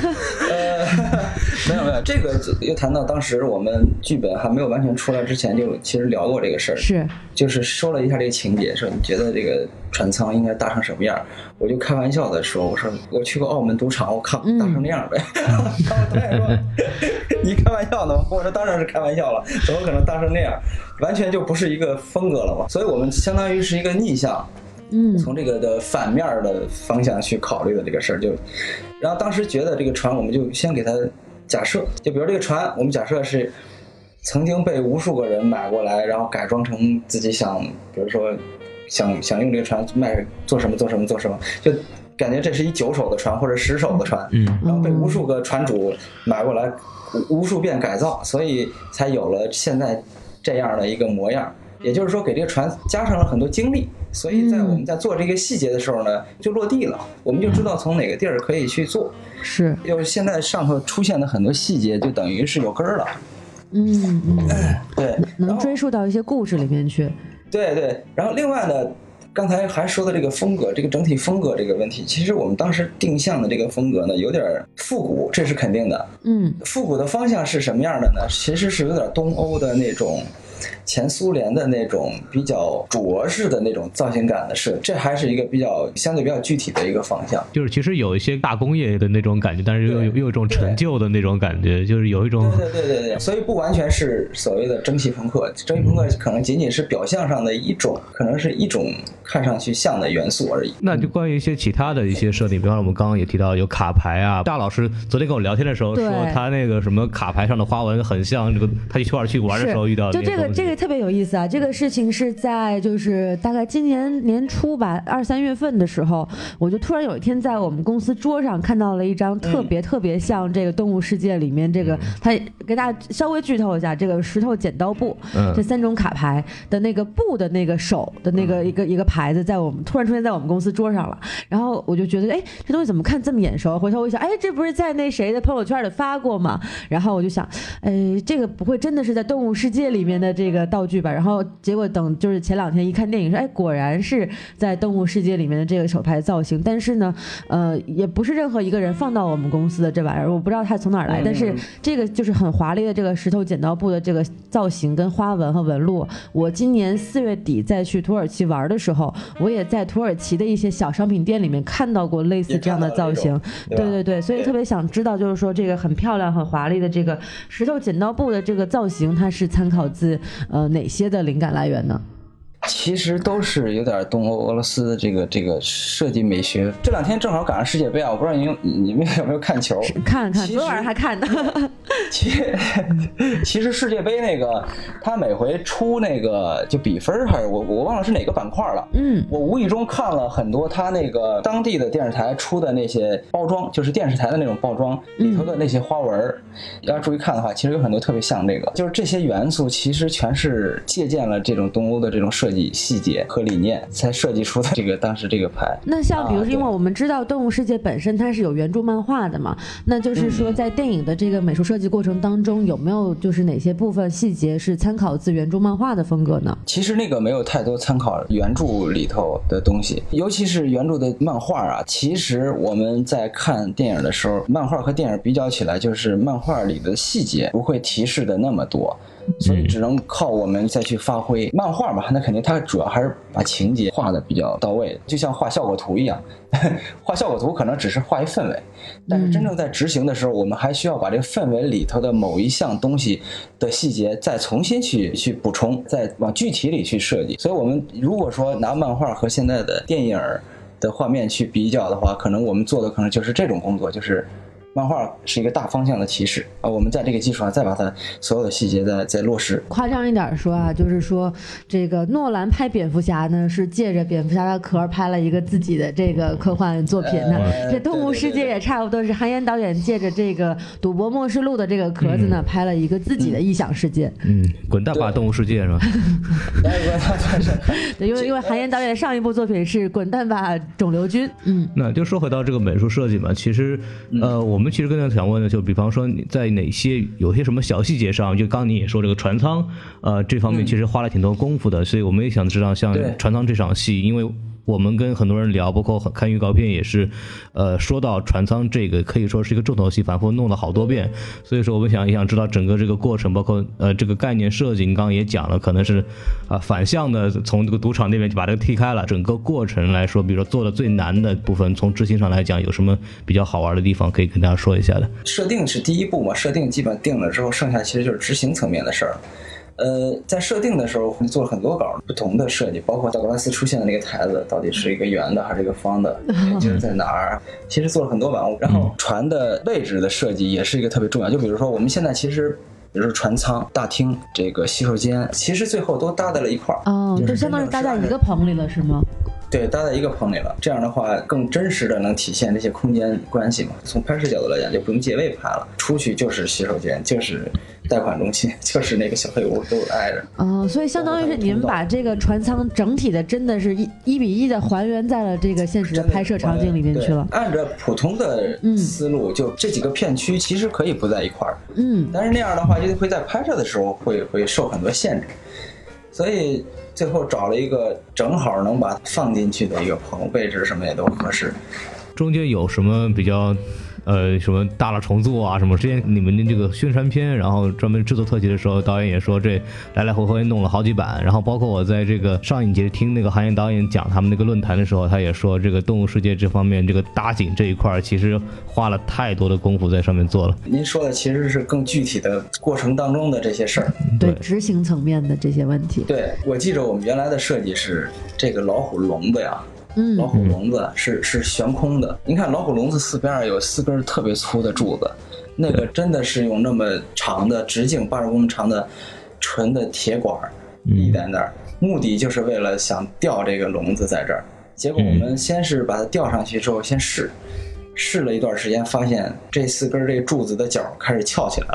没有没有，这个又谈到当时我们剧本还没有完全出来之前，就其实聊过这个事儿， 是就是说了一下这个情节，说你觉得这个船舱应该大成什么样？我就开玩笑的说，我说我去过澳门赌场，我看大成那样呗。然后导演说你开玩笑呢吗？我说当然是开玩笑了，怎么可能大成那样？完全就不是一个风格了嘛。所以我们相当于是一个逆向。嗯，从这个的反面的方向去考虑的这个事儿，就，然后当时觉得这个船，我们就先给它假设，就比如这个船，我们假设是曾经被无数个人买过来，然后改装成自己想，比如说想想用这个船卖做什么做什么做什么，就感觉这是一九手的船或者十手的船，嗯，然后被无数个船主买过来，无数遍改造，所以才有了现在这样的一个模样。也就是说给这个船加上了很多精力，所以在我们在做这个细节的时候呢就落地了，我们就知道从哪个地儿可以去做， 是就是现在上头出现的很多细节就等于是有根儿了。 嗯嗯， 对， 能追溯到一些故事里面去。 对对，然后另外呢刚才还说的这个风格，这个整体风格这个问题，其实我们当时定向的这个风格呢有点复古，这是肯定的。嗯，复古的方向是什么样的呢？其实是有点东欧的那种前苏联的那种比较着式的那种造型感的设计，这还是一个比较相对比较具体的一个方向。 就是其实有一些大工业的那种感觉，但是又有又有一种陈旧的那种感觉，就是有一种对对对对对，所以不完全是所谓的蒸汽朋克，蒸汽朋克可能仅仅是表象上的一种，可能是一种看上去像的元素而已。 那就关于一些其他的一些设定，比方说我们刚刚也提到有卡牌啊，大老师昨天跟我聊天的时候说他那个什么卡牌上的花纹很像这个他去土耳其玩的时候遇到的， 就这个这个特别有意思啊！这个事情是在就是大概今年年初吧，二三月份的时候，我就突然有一天在我们公司桌上看到了一张特别特别像这个动物世界里面这个，他给大家稍微剧透一下，这个石头剪刀布、嗯、这三种卡牌的那个布的那个手的那个一个、嗯、一个牌子，在我们突然出现在我们公司桌上了。然后我就觉得，哎，这东西怎么看这么眼熟？回头我一想，哎，这不是在那谁的朋友圈里发过吗？然后我就想，哎，这个不会真的是在动物世界里面的这个道具吧，然后结果等就是前两天一看电影说，哎，果然是在动物世界里面的这个手牌造型，但是呢，呃，也不是任何一个人放到我们公司的这玩意儿，我不知道它从哪儿来，嗯、但是这个就是很华丽的这个石头剪刀布的这个造型跟花纹和纹路。我今年四月底再去土耳其玩的时候，我也在土耳其的一些小商品店里面看到过类似这样的造型。对对对，所以特别想知道，就是说这个很漂亮、很华丽的这个石头剪刀布的这个造型，它是参考自呃哪些的灵感来源呢？ 其实都是有点东欧俄罗斯的这个这个设计美学。这两天正好赶上世界杯啊，我不知道你你们有没有看球？ 看看，昨晚上还看呢。 其实其实世界杯那个，他每回出那个就比分还是我我忘了是哪个板块了。嗯，我无意中看了很多他那个当地的电视台出的那些包装，就是电视台的那种包装里头的那些花纹，嗯、要注意看的话，其实有很多特别像这个，就是这些元素其实全是借鉴了这种东欧的这种设计细节和理念才设计出的这个当时这个牌。 那像比如说，因为我们知道动物世界本身它是有原著漫画的嘛，那就是说在电影的这个美术设计过程当中，有没有就是哪些部分细节是参考自原著漫画的风格呢？ 其实那个没有太多参考原著里头的东西，尤其是原著的漫画啊。其实我们在看电影的时候，漫画和电影比较起来，就是漫画里的细节不会提示的那么多。所以只能靠我们再去发挥漫画嘛，那肯定它主要还是把情节画的比较到位，就像画效果图一样，画效果图可能只是画一氛围，但是真正在执行的时候，我们还需要把这个氛围里头的某一项东西的细节再重新去去补充，再往具体里去设计。所以我们如果说拿漫画和现在的电影的画面去比较的话，可能我们做的可能就是这种工作，就是漫画是一个大方向的提示啊，我们在这个基础上再把它所有的细节再再落实。 夸张一点说啊，就是说这个诺兰拍蝙蝠侠呢，是借着蝙蝠侠的壳拍了一个自己的这个科幻作品呢。呃、这动物世界也差不多是韩延导演借着这个赌博默示录的这个壳子呢，嗯、拍了一个自己的异想世界。 嗯，滚蛋吧动物世界是吧？ 对，因为因为韩延导演上一部作品是滚蛋吧肿瘤君。嗯， 那就说回到这个美术设计嘛，其实呃我们。其实更加想问的就比方说你在哪些有些什么小细节上，就刚你也说这个船舱呃这方面其实花了挺多功夫的，所以我们也想知道像船舱这场戏，因为我们跟很多人聊，包括看预告片也是呃说到船舱这个可以说是一个重头戏，反复弄了好多遍，所以说我们想也想知道整个这个过程，包括呃这个概念设计，你刚刚也讲了，可能是啊、呃、反向的从这个赌场那边就把这个踢开了，整个过程来说，比如说做的最难的部分，从执行上来讲有什么比较好玩的地方可以跟大家说一下的？ 设定是第一步嘛，设定基本定了之后，剩下其实就是执行层面的事儿。呃，在设定的时候，我们做了很多稿，不同的设计，包括道格拉斯出现的那个台子，到底是一个圆的还是一个方的，就是在哪儿？其实做了很多玩物。然后船的位置的设计也是一个特别重要。就比如说，我们现在其实，比如说船舱、大厅、这个洗手间，其实最后都搭在了一块儿。 哦，就相当于搭在一个棚里了，是吗？ 对，搭在一个棚里了，这样的话更真实的能体现这些空间关系嘛。从拍摄角度来讲，就不用借位拍了，出去就是洗手间，就是贷款中心，就是那个小黑屋，都挨着。 哦，所以相当于是你们把这个船舱整体的真的是一一比一的还原在了这个现实的拍摄场景里面去了。 按照普通的思路，嗯、就这几个片区其实可以不在一块儿，嗯，但是那样的话就会在拍摄的时候会会受很多限制，所以最后找了一个正好能把它放进去的一个棚，位置什么也都合适。 中间有什么比较呃什么大了重做啊什么？之前你们的这个宣传片，然后专门制作特辑的时候，导演也说这来来回回弄了好几版。然后包括我在这个上一节听那个韩延导演讲他们那个论坛的时候，他也说这个动物世界这方面这个搭景这一块其实花了太多的功夫在上面做了。 您说的其实是更具体的过程当中的这些事儿， 对执行层面的这些问题。 对，我记着我们原来的设计是这个老虎笼子呀。嗯，老虎笼子是是悬空的。您看老虎笼子四边有四根特别粗的柱子，那个真的是用那么长的直径八十公分长的纯的铁管立在那儿，目的就是为了想吊这个笼子在这儿。结果我们先是把它吊上去之后先试，试了一段时间，发现这四根这个柱子的角开始翘起来了。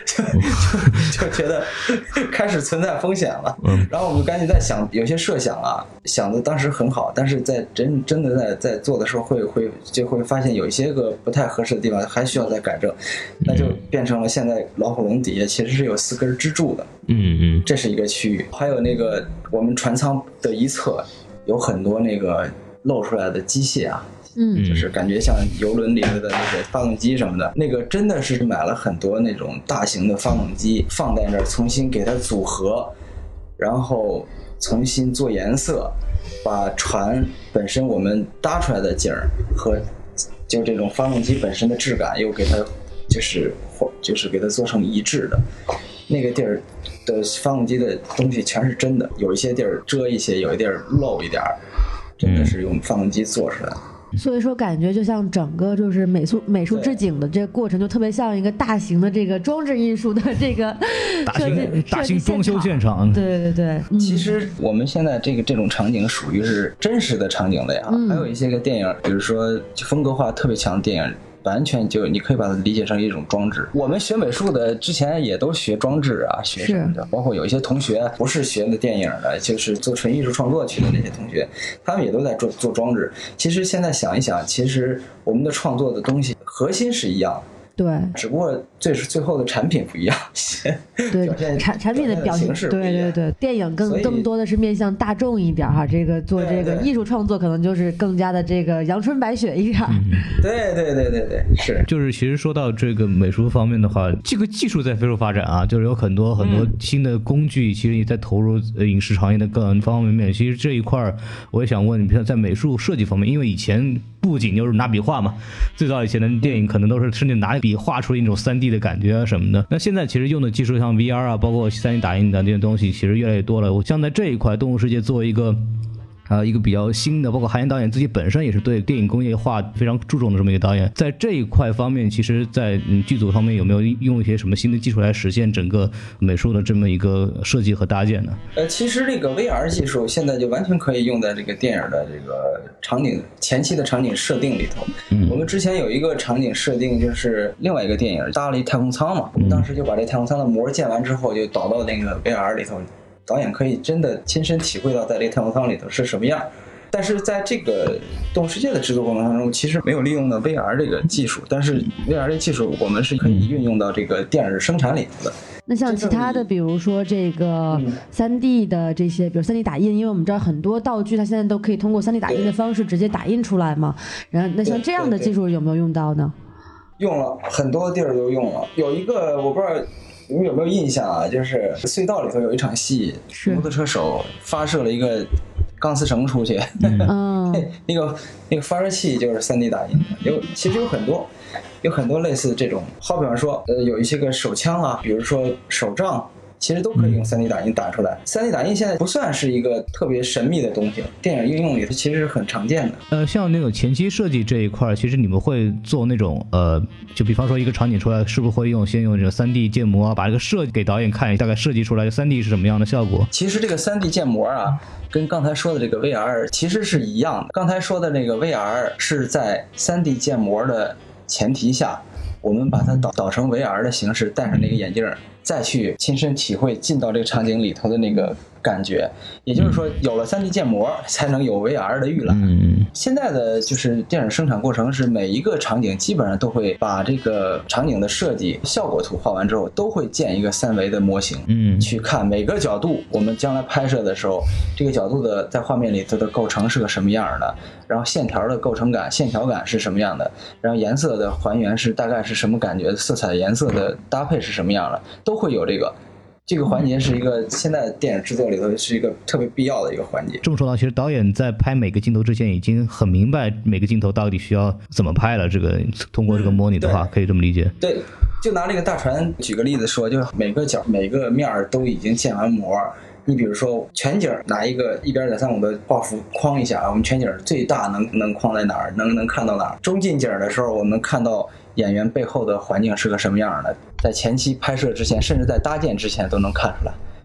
就就就觉得开始存在风险了。然后我们就赶紧在想，有些设想啊，想的当时很好，但是在真真的在在做的时候会会就会发现有一些个不太合适的地方，还需要再改正，那就变成了现在老虎笼底下其实是有四根支柱的， 嗯嗯， 这是一个区域。还有那个我们船舱的一侧有很多那个露出来的机械啊。 嗯， 就是感觉像游轮里面的那些发动机什么的，那个真的是买了很多那种大型的发动机放在那儿，重新给它组合，然后重新做颜色，把船本身我们搭出来的景儿和就这种发动机本身的质感又给它就是就是给它做成一致的。那个地儿的发动机的东西全是真的，有一些地儿遮一些，有一地儿漏一点，真的是用发动机做出来的。 所以说感觉就像整个就是美术美术置景的这个过程，就特别像一个大型的这个装置艺术的这个大型大型装修现场。 对对对、嗯， 其实我们现在这个这种场景属于是真实的场景类啊、嗯，还有一些个电影，比如说风格化特别强的电影。完全就你可以把它理解成一种装置。我们学美术的之前也都学装置啊，学什么的，包括有一些同学不是学的电影的，就是做纯艺术创作去的那些同学，他们也都在做做装置。其实现在想一想，其实我们的创作的东西核心是一样的。对，只不过最最后的产品不一样， 对产产品的表现，对对对，电影更更多的是面向大众一点哈，这个做这个艺术创作可能就是更加的这个阳春白雪一点。 嗯、对对对对对，是， 就是其实说到这个美术方面的话，这个技术在飞速发展啊，就是有很多很多新的工具，嗯、其实你在投入影视行业的各方方面面。其实这一块我也想问你，比如在美术设计方面，因为以前布景就是拿笔画嘛，最早以前的电影可能都是甚至拿笔画出一种 三 D 的感觉啊什么的。那现在其实用的技术像 V R 啊，包括 三 D 打印的这些东西，其实越来越多了。我像在这一块，动物世界作为一个。啊，一个比较新的，包括韩延导演自己本身也是对电影工业化非常注重的这么一个导演，在这一块方面，其实在嗯剧组方面有没有用一些什么新的技术来实现整个美术的这么一个设计和搭建呢？ 呃，其实这个 V R 技术现在就完全可以用在这个电影的这个场景前期的场景设定里头。嗯，我们之前有一个场景设定，就是另外一个电影搭了一太空舱嘛，我们当时就把这太空舱的模建完之后，就导到那个 V R 里头。导演可以真的亲身体会到在这个太空舱里头是什么样，但是在这个动物世界的制作过程当中，其实没有利用到 V R 这个技术，但是 V R 这个技术我们是可以运用到这个电影生产里头的。 那像其他的，比如说这个 三 D 的这些，比如 三 D 打印，因为我们知道很多道具它现在都可以通过 三 D 打印的方式直接打印出来嘛，然后那像这样的技术有没有用到呢？ 用了，很多地儿都用了。有一个我不知道你们有没有印象啊？就是隧道里头有一场戏，摩托车手发射了一个钢丝绳出去，嗯，那个那个发射器就是 三 D 打印的。有其实有很多，有很多类似这种，好比方说，呃，有一些个手枪啊，比如说手杖。其实都可以用 三 D 打印打出来。三 D 打印现在不算是一个特别神秘的东西，电影应用里其实是很常见的。 呃，像那种前期设计这一块，其实你们会做那种呃，就比方说一个场景出来，是不是会用先用这种 三 D 建模啊，把这个设计给导演看，大概设计出来 三 D 是什么样的效果？ 其实这个 三 D 建模啊，跟刚才说的这个 V R 其实是一样的。刚才说的那个 V R 是在 三 D 建模的前提下，我们把它导导成 V R 的形式，戴上那个眼镜，再去亲身体会进到这个场景里头的那个感觉。也就是说，有了 三 D 建模，才能有 V R 的预览。嗯，现在的就是电影生产过程是每一个场景基本上都会把这个场景的设计效果图画完之后，都会建一个三维的模型，嗯，去看每个角度，我们将来拍摄的时候，这个角度的在画面里头的构成是个什么样的，然后线条的构成感、线条感是什么样的，然后颜色的还原是大概是什么感觉，色彩颜色的搭配是什么样的，都会有这个。这个环节是一个现在电影制作里头是一个特别必要的一个环节。 这么说到，其实导演在拍每个镜头之前已经很明白每个镜头到底需要怎么拍了。这个通过这个模拟的话，可以这么理解。 对，就拿这个大船举个例子说，就每个角、每个面都已经建完模。你比如说全景拿一个一边两三五的画幅框一下，我们全景最大能能框在哪儿，能能看到哪儿。中近景的时候，我们看到演员背后的环境是个什么样的，在前期拍摄之前，甚至在搭建之前都能看出来。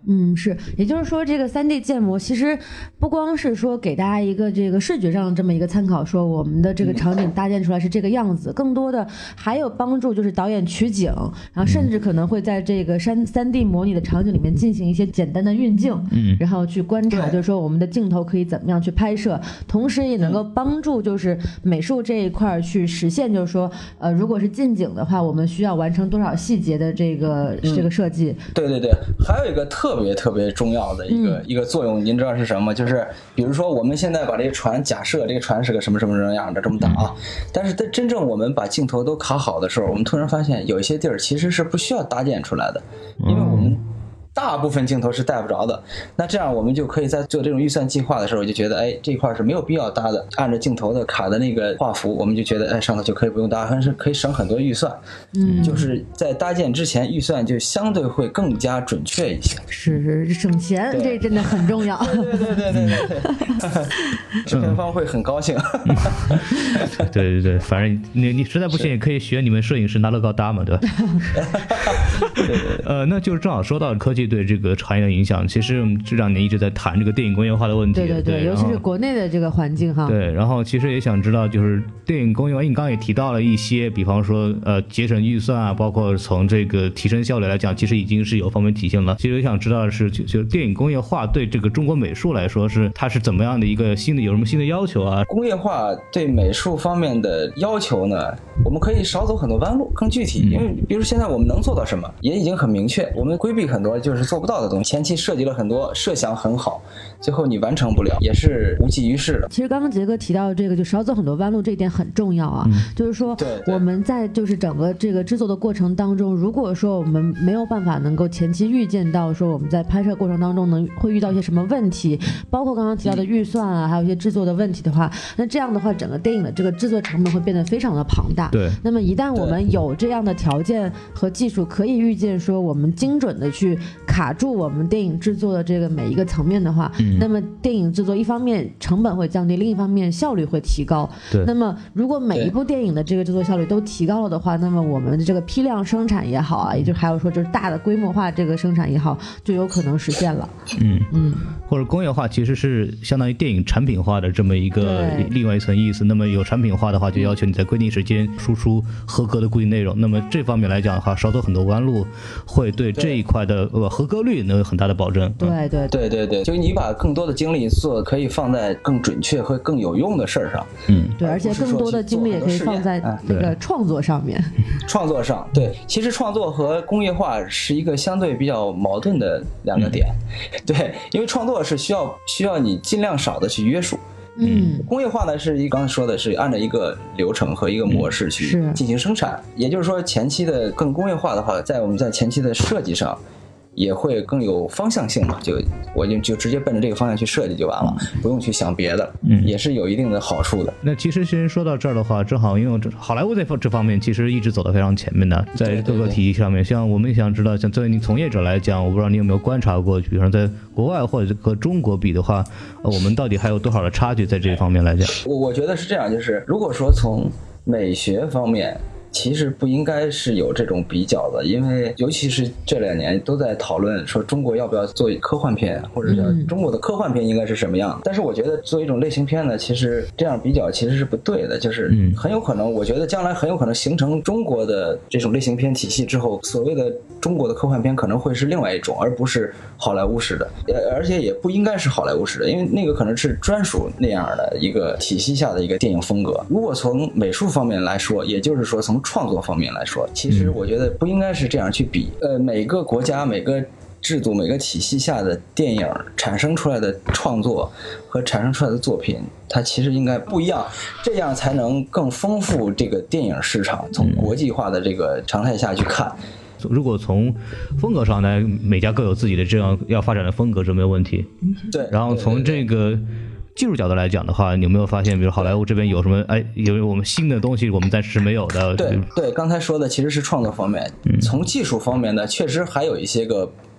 嗯，是，也就是说，这个 三 D 建模其实不光是说给大家一个这个视觉上的这么一个参考，说我们的这个场景搭建出来是这个样子，更多的还有帮助就是导演取景，然后甚至可能会在这个三三 D 模拟的场景里面进行一些简单的运镜，嗯，然后去观察，就是说我们的镜头可以怎么样去拍摄，同时也能够帮助就是美术这一块去实现，就是说，呃，如果是近景的话，我们需要完成多少细节的这个、嗯、这个设计。 对对对，还有一个特别特别重要的一个、嗯、一个作用，您知道是什么？就是比如说我们现在把这个船，假设这个船是个什么什么什么样的这么大啊，但是在真正我们把镜头都卡好的时候，我们突然发现有一些地儿其实是不需要搭建出来的，因为我们大部分镜头是带不着的。那这样我们就可以在做这种预算计划的时候就觉得，哎，这一块是没有必要搭的，按照镜头的卡的那个画幅，我们就觉得哎，上头就可以不用搭，还是可以省很多预算。嗯，就是在搭建之前预算就相对会更加准确一些。 是是省钱，这真的很重要。 对对对对对对对，制片方会很高兴。 对对对，反正你你实在不行也可以学你们摄影师拿乐高搭嘛，对吧？ 对对对， 呃，那就是正好说到科技对这个产业的影响，其实这两年一直在谈这个电影工业化的问题。 对对 对, 对，尤其是国内的这个环境哈。 对，然后其实也想知道，就是电影工业化，你刚刚也提到了一些，比方说呃节省预算啊，包括从这个提升效率来讲，其实已经是有方面体现了。其实也想知道的是，就就电影工业化对这个中国美术来说是它是怎么样的一个新的，有什么新的要求啊？ 工业化对美术方面的要求呢，我们可以少走很多弯路，更具体。因为比如现在我们能做到什么，也已经很明确，我们规避很多就是做不到的东西。前期设计了很多，设想很好，最后你完成不了，也是无济于事的。 其实刚刚杰哥提到这个，就少走很多弯路，这一点很重要啊。嗯、就是说，我们在就是整个这个制作的过程当中，如果说我们没有办法能够前期预见到说我们在拍摄过程当中能会遇到一些什么问题，包括刚刚提到的预算啊，还有一些制作的问题的话，那这样的话，整个电影的这个制作成本会变得非常的庞大。 对。 那么一旦我们有这样的条件和技术，可以预见说我们精准的去卡住我们电影制作的这个每一个层面的话，嗯、那么电影制作一方面成本会降低，另一方面效率会提高。 对。 那么如果每一部电影的这个制作效率都提高了的话，那么我们的这个批量生产也好啊，也就还有说就是大的规模化这个生产也好，就有可能实现了。 嗯嗯。或者工业化其实是相当于电影产品化的这么一个另外一层意思。那么有产品化的话，就要求你在规定时间输出合格的固定内容。那么这方面来讲的话，少走很多弯路，会对这一块的呃合格率能有很大的保证。 对对对对对，就你把更多的精力做，可以放在更准确和更有用的事儿上。 嗯， 对，而且更多的精力也可以放在那个创作上面。 创作上，对，其实创作和工业化是一个相对比较矛盾的两个点。嗯、对，因为创作是需要需要你尽量少的去约束。 嗯， 工业化呢是一刚才说的是按照一个流程和一个模式去进行生产，也就是说前期的更工业化的话，在我们在前期的设计上也会更有方向性嘛，就我就就直接奔着这个方向去设计就完了，不用去想别的，嗯，也是有一定的好处的。 那其实其实说到这儿的话，正好因为好莱坞在这方面其实一直走得非常前面的，在各个体系上面，像我们也想知道，像作为你从业者来讲，我不知道你有没有观察过，比如说在国外或者和中国比的话，我们到底还有多少的差距在这方面来讲？ 我我觉得是这样，就是如果说从美学方面。其实不应该是有这种比较的，因为尤其是这两年都在讨论说中国要不要做科幻片，或者叫中国的科幻片应该是什么样的。嗯、但是我觉得作为一种类型片呢，其实这样比较其实是不对的，就是很有可能，我觉得将来很有可能形成中国的这种类型片体系之后，所谓的中国的科幻片可能会是另外一种，而不是好莱坞式的，而且也不应该是好莱坞式的，因为那个可能是专属那样的一个体系下的一个电影风格。如果从美术方面来说，也就是说从创作方面来说，其实我觉得不应该是这样去比。呃，每个国家、每个制度、每个体系下的电影产生出来的创作和产生出来的作品，它其实应该不一样，这样才能更丰富这个电影市场。从国际化的这个常态下去看。 如果从风格上呢，每家各有自己的这样要发展的风格，这没有问题。 对。 然后从这个技术角度来讲的话，你有没有发现，比如好莱坞这边有什么哎，有我们新的东西，我们暂时没有的？ 对对，刚才说的其实是创作方面，嗯、从技术方面呢，确实还有一些个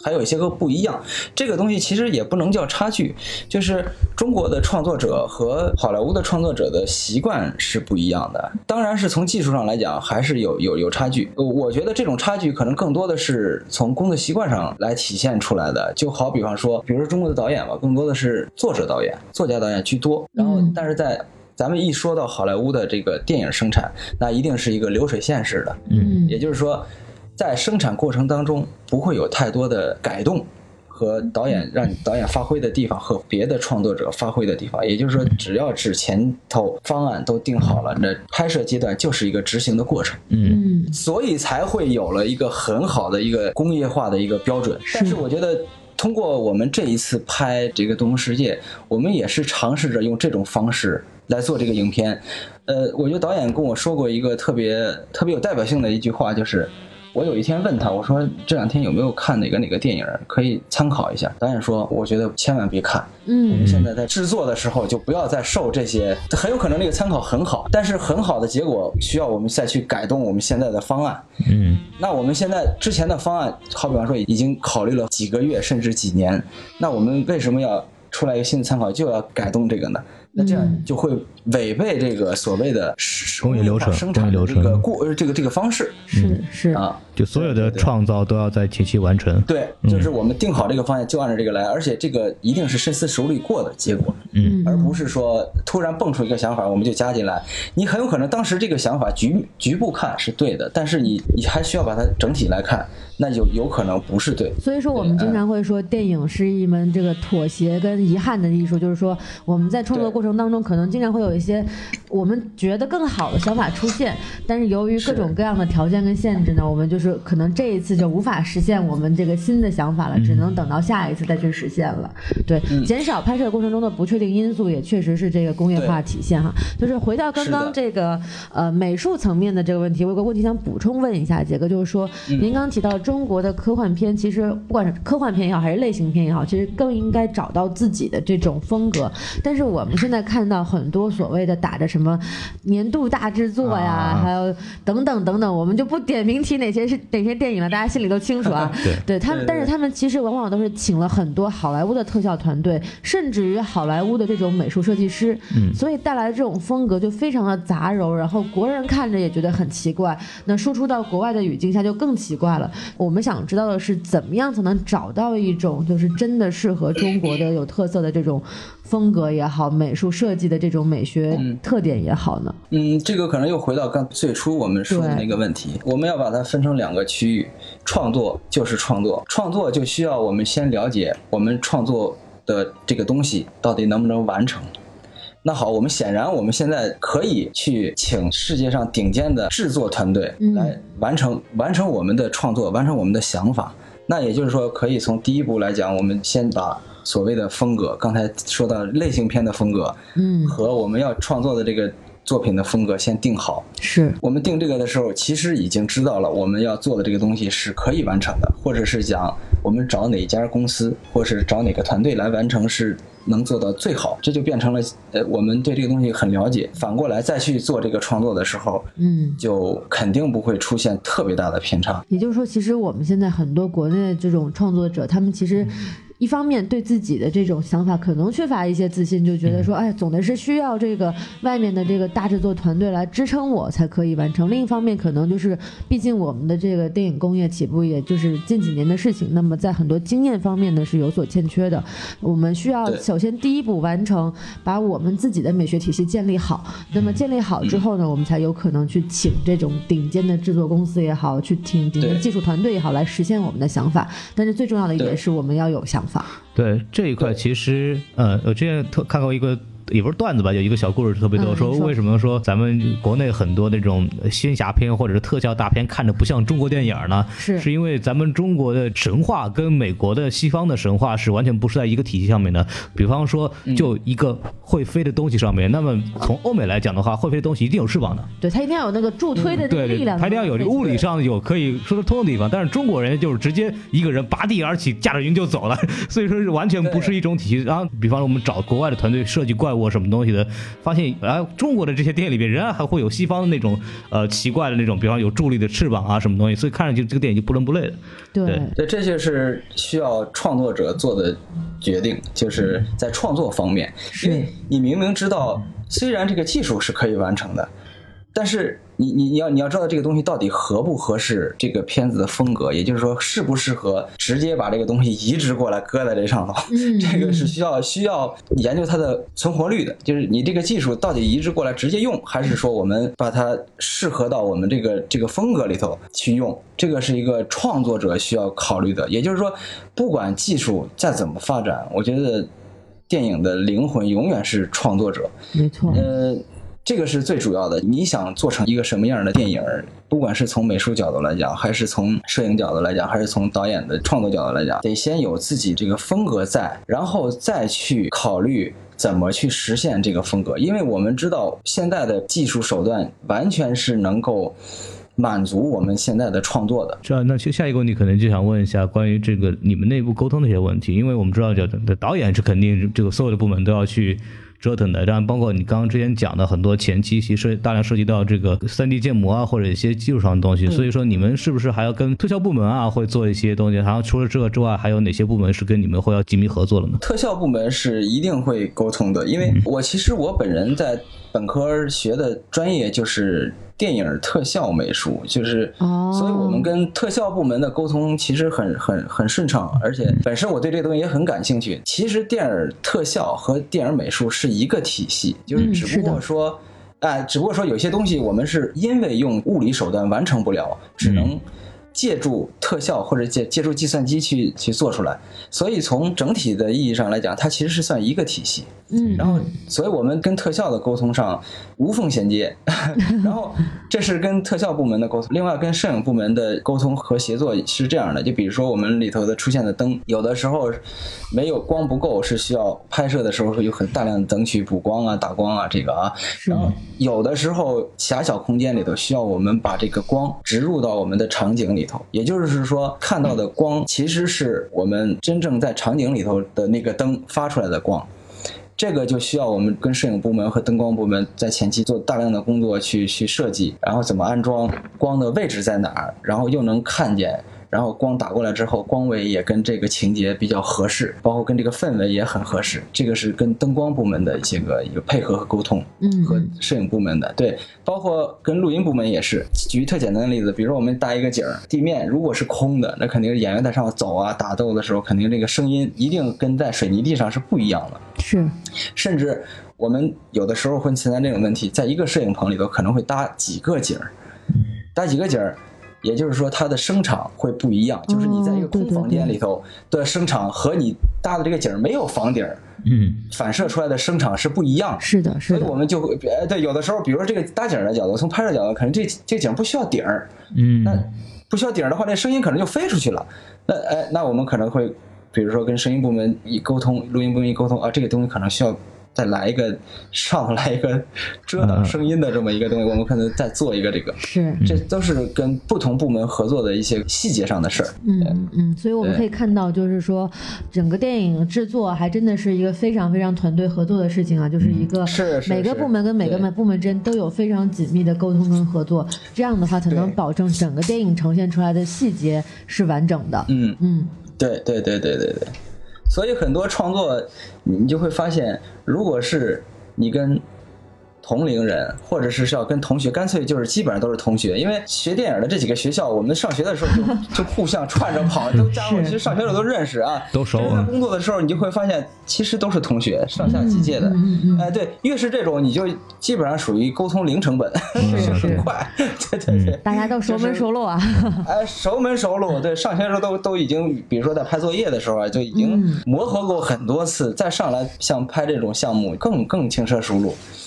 还有一些个不一样。这个东西其实也不能叫差距，就是中国的创作者和好莱坞的创作者的习惯是不一样的。当然是从技术上来讲还是有有有差距。我觉得这种差距可能更多的是从工作习惯上来体现出来的。就好比方说，比如说中国的导演吧，更多的是作者导演、作家导演居多。然后，但是在咱们一说到好莱坞的这个电影生产，那一定是一个流水线式的，嗯，也就是说，在生产过程当中不会有太多的改动和导演让导演发挥的地方和别的创作者发挥的地方，也就是说，只要是前头方案都定好了，那拍摄阶段就是一个执行的过程，嗯，所以才会有了一个很好的一个工业化的一个标准。但是我觉得，通过我们这一次拍这个《动物世界》，我们也是尝试着用这种方式来做这个影片。呃，我觉得导演跟我说过一个特别特别有代表性的一句话，就是我有一天问他，我说这两天有没有看哪个哪个电影可以参考一下？导演说，我觉得千万别看。嗯，我们现在在制作的时候就不要再受这些，很有可能这个参考很好，但是很好的结果需要我们再去改动我们现在的方案。嗯，那我们现在之前的方案，好比方说已经考虑了几个月甚至几年，那我们为什么要出来一个新的参考就要改动这个呢？那这样就会违背这个所谓的工业流程、 生产的这个过这个这个方式。 是是啊， 就所有的创造都要在前期完成。 对，就是我们定好这个方案就按照这个来，而且这个一定是深思熟虑过的结果，嗯，而不是说突然蹦出一个想法我们就加进来。你很有可能当时这个想法局局部看是对的，但是你你还需要把它整体来看，那就有可能不是对。 所以说我们经常会说，电影是一门这个妥协跟遗憾的艺术，就是说我们在创作过程当中可能经常会有一些我们觉得更好的想法出现，但是由于各种各样的条件跟限制呢，我们就是可能这一次就无法实现我们这个新的想法了，只能等到下一次再去实现了。对，减少拍摄过程中的不确定因素也确实是这个工业化体现哈。就是回到刚刚这个呃美术层面的这个问题，我有个问题想补充问一下杰哥，就是说您刚提到中国的科幻片，其实不管是科幻片也好还是类型片也好，其实更应该找到自己的这种风格。但是我们现在看到很多所谓的打着什么年度大制作呀、啊、还有等等等等，我们就不点名提哪些是哪些电影了，大家心里都清楚啊。对, 对他们，但是他们其实往往都是请了很多好莱坞的特效团队，甚至于好莱坞的这种美术设计师，嗯，所以带来的这种风格就非常的杂糅，然后国人看着也觉得很奇怪，那输出到国外的语境下就更奇怪了。我们想知道的是，怎么样才能找到一种就是真的适合中国的有特色的这种风格也好，美术设计的这种美学特点也好呢？ 嗯，这个可能又回到刚最初我们说的那个问题，我们要把它分成两个区域，创作就是创作，创作就需要我们先了解我们创作的这个东西到底能不能完成。那好，我们显然我们现在可以去请世界上顶尖的制作团队来完成、嗯、完成我们的创作，完成我们的想法。那也就是说，可以从第一步来讲，我们先把所谓的风格，刚才说到类型片的风格，嗯，和我们要创作的这个作品的风格先定好。 是我们定这个的时候，其实已经知道了我们要做的这个东西是可以完成的，或者是讲我们找哪家公司，或是找哪个团队来完成是能做到最好，这就变成了呃，我们对这个东西很了解，反过来再去做这个创作的时候，嗯，就肯定不会出现特别大的偏差。 也就是说，其实我们现在很多国内的这种创作者，他们其实一方面对自己的这种想法可能缺乏一些自信，就觉得说，哎，总的是需要这个外面的这个大制作团队来支撑我才可以完成。另一方面，可能就是毕竟我们的这个电影工业起步也就是近几年的事情，那么在很多经验方面呢是有所欠缺的。我们需要首先第一步完成，把我们自己的美学体系建立好。那么建立好之后呢，我们才有可能去请这种顶尖的制作公司也好，去请顶尖技术团队也好，来实现我们的想法。但是最重要的一点是我们要有想法。 对这一块，其实呃，我之前特看过一个。也不是段子吧，有一个小故事特别多，说为什么说咱们国内很多那种仙侠片或者是特效大片看着不像中国电影呢？是是因为咱们中国的神话跟美国的西方的神话是完全不是在一个体系上面的。比方说，就一个会飞的东西上面，嗯、那么从欧美来讲的话，会飞的东西一定有翅膀的， 对，它一定要有那个助推的力量， 嗯、对，它一定要有物理上有可以说得通的地方。但是中国人就是直接一个人拔地而起，驾着云就走了，所以说是完全不是一种体系。然后，比方说我们找国外的团队设计怪物。 物什么东西的，发现啊，中国的这些电影里边仍然还会有西方的那种呃奇怪的那种，比方有助力的翅膀啊什么东西，所以看上去这个电影就不伦不类的。 对对，这就是需要创作者做的决定，就是在创作方面，因为你明明知道，虽然这个技术是可以完成的，但是你你你要你要知道这个东西到底合不合适这个片子的风格，也就是说适不适合直接把这个东西移植过来搁在这上头，嗯、这个是需要需要研究它的存活率的，就是你这个技术到底移植过来直接用，还是说我们把它适合到我们这个这个风格里头去用，这个是一个创作者需要考虑的。也就是说，不管技术再怎么发展，我觉得电影的灵魂永远是创作者。 没错。 呃。这个是最主要的，你想做成一个什么样的电影，不管是从美术角度来讲，还是从摄影角度来讲，还是从导演的创作角度来讲，得先有自己这个风格在，然后再去考虑怎么去实现这个风格。因为我们知道现在的技术手段完全是能够满足我们现在的创作的。 这那下一个问题可能就想问一下关于这个你们内部沟通的一些问题，因为我们知道这导演是肯定这个所有的部门都要去折腾的，当然包括你刚刚之前讲的很多前期其实大量涉及到这个 三 D 建模啊或者一些技术上的东西、嗯、所以说你们是不是还要跟特效部门啊会做一些东西，然后除了这个之外还有哪些部门是跟你们会要紧密合作的呢？ 特效部门是一定会沟通的，因为我其实我本人在本科学的专业就是电影特效美术，就是所以我们跟特效部门的沟通其实很很很顺畅，而且本身我对这个东西也很感兴趣。其实电影特效和电影美术是一个体系，就是只不过说哎、嗯，只不过说有些东西我们是因为用物理手段完成不了，只能借助特效或者借借助计算机去去做出来，所以从整体的意义上来讲，它其实是算一个体系。嗯，然后所以我们跟特效的沟通上无缝衔接，然后这是跟特效部门的沟通。另外跟摄影部门的沟通和协作是这样的，就比如说我们里头的出现的灯，有的时候没有光不够，是需要拍摄的时候会有很大量的灯去补光啊打光啊这个啊，然后有的时候狭小空间里头需要我们把这个光植入到我们的场景里头，也就是说看到的光其实是我们真正在场景里头的那个灯发出来的光，这个就需要我们跟摄影部门和灯光部门在前期做大量的工作去去设计，然后怎么安装，光的位置在哪儿，然后又能看见，然后光打过来之后光位也跟这个情节比较合适，包括跟这个氛围也很合适，这个是跟灯光部门的一些个一个配合和沟通，嗯，和摄影部门的，对，包括跟录音部门也是。举特简单的例子，比如说我们搭一个景，地面如果是空的，那肯定是演员在上走啊打斗的时候，肯定这个声音一定跟在水泥地上是不一样的， 是， 甚至我们有的时候会存在这种问题，在一个摄影棚里头可能会搭几个景，搭几个景，也就是说它的声场会不一样，就是你在一个空房间里头的声场和你搭的这个景没有房顶，嗯，反射出来的声场是不一样的。 是的，是的。 所以我们就会对有的时候，比如说这个搭景的角度，从拍摄角度，可能这这个景不需要顶儿，嗯，那不需要顶儿的话，这声音可能就飞出去了。那哎，那我们可能会，比如说跟声音部门一沟通，录音部门一沟通啊，这个东西可能需要再来一个上头来一个遮挡声音的这么一个东西，我们可能再做一个这个， 是， 这都是跟不同部门合作的一些细节上的事儿。 嗯嗯，所以我们可以看到，就是说整个电影制作还真的是一个非常非常团队合作的事情啊，就是一个每个部门跟每个部门之间都有非常紧密的沟通跟合作，这样的话才能保证整个电影呈现出来的细节是完整的。 嗯嗯， 对对对对对对。所以很多创作你就会发现，如果是你跟同龄人或者是要跟同学，干脆就是基本上都是同学，因为学电影的这几个学校我们上学的时候就就互相串着跑，都家伙其实上学的都认识啊， 都熟啊。 工作的时候你就会发现其实都是同学，上下几届的。哎，对，越是这种你就基本上属于沟通零成本，是很快。对对对， 大家都熟门熟路啊。 哎，熟门熟路，对，上学的时候都都已经，比如说在拍作业的时候啊，就已经磨合过很多次，再上来像拍这种项目更更轻车熟路。 对对对。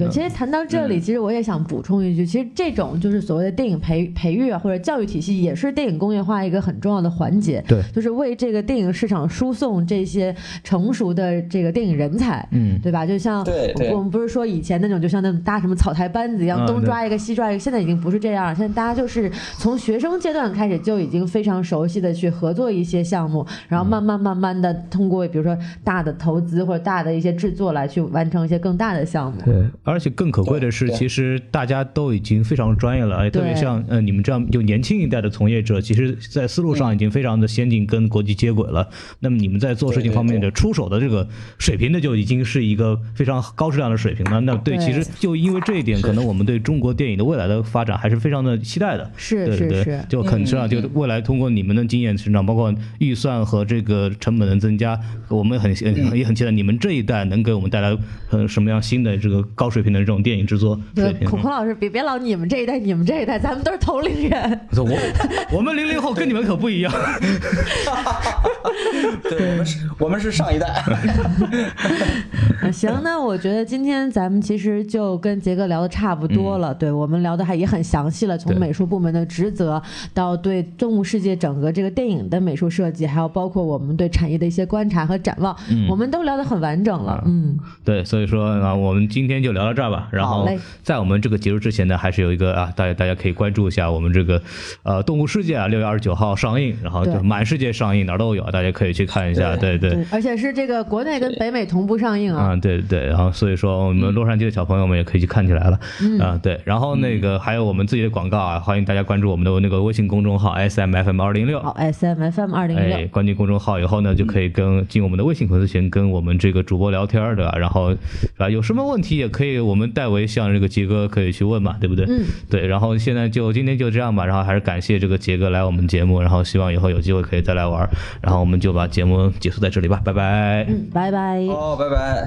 对，其实谈到这里，其实我也想补充一句，其实这种就是所谓的电影培培育啊，或者教育体系，也是电影工业化一个很重要的环节。 对， 就是为这个电影市场输送这些成熟的这个电影人才，嗯，对吧？就像对对我们不是说以前那种，就像那种搭什么草台班子一样， 嗯、 东抓一个西抓一个，现在已经不是这样了。现在大家就是从学生阶段开始就已经非常熟悉的去合作一些项目，然后慢慢慢慢的通过比如说大的投资或者大的一些制作来去完成一些更大的项目。 对，而且更可贵的是，其实大家都已经非常专业了，特别像呃你们这样就年轻一代的从业者，其实在思路上已经非常的先进，跟国际接轨了。那么你们在做事情方面的出手的这个水平的就已经是一个非常高质量的水平了。那对，其实就因为这一点，可能我们对中国电影的未来的发展还是非常的期待的。 是对对对， 是是， 就很知道，就未来通过你们的经验成长，包括预算和这个成本的增加，我们很也很期待你们这一代能给我们带来呃什么样新的这个高水平的这种电影制作水平。 孔孔老师，别别老你们这一代，你们这一代，咱们都是同龄人。 我我们零零后跟你们可不一样。 对，我们是，我们是上一代。 行，那我觉得今天咱们其实就跟杰哥聊的差不多了。嗯、对，我们聊的还也很详细了，从美术部门的职责到对动物世界整个这个电影的美术设计，还有包括我们对产业的一些观察和展望，嗯、我们都聊得很完整了。嗯， 对，所以说啊，我们今天就聊到这儿吧。然后在我们这个结束之前呢，还是有一个啊，大家大家可以关注一下我们这个呃动物世界啊，六月二十九号上映，然后就满世界上映，哪儿都有，大家可以去看一下。对 对, 对， 而且是这个国内跟北美同步上映啊。 啊，对对，然后所以说我们洛杉矶的小朋友们也可以去看起来了。嗯、啊，对，然后那个还有我们自己的广告啊，欢迎大家关注我们的那个微信公众号 S M F M 二零六。 好 ，S M F M 二零六。 哎，关进公众号以后呢，就可以跟进我们的微信粉丝群，跟我们这个主播聊天的，然后啊有什么问题也可以，我们代为向这个杰哥可以去问嘛，对不对？嗯，对。然后现在就今天就这样吧，然后还是感谢这个杰哥来我们节目，然后希望以后有机会可以再来玩，然后我们就把节目结束在这里吧，拜拜。 嗯，拜拜。 哦，拜拜。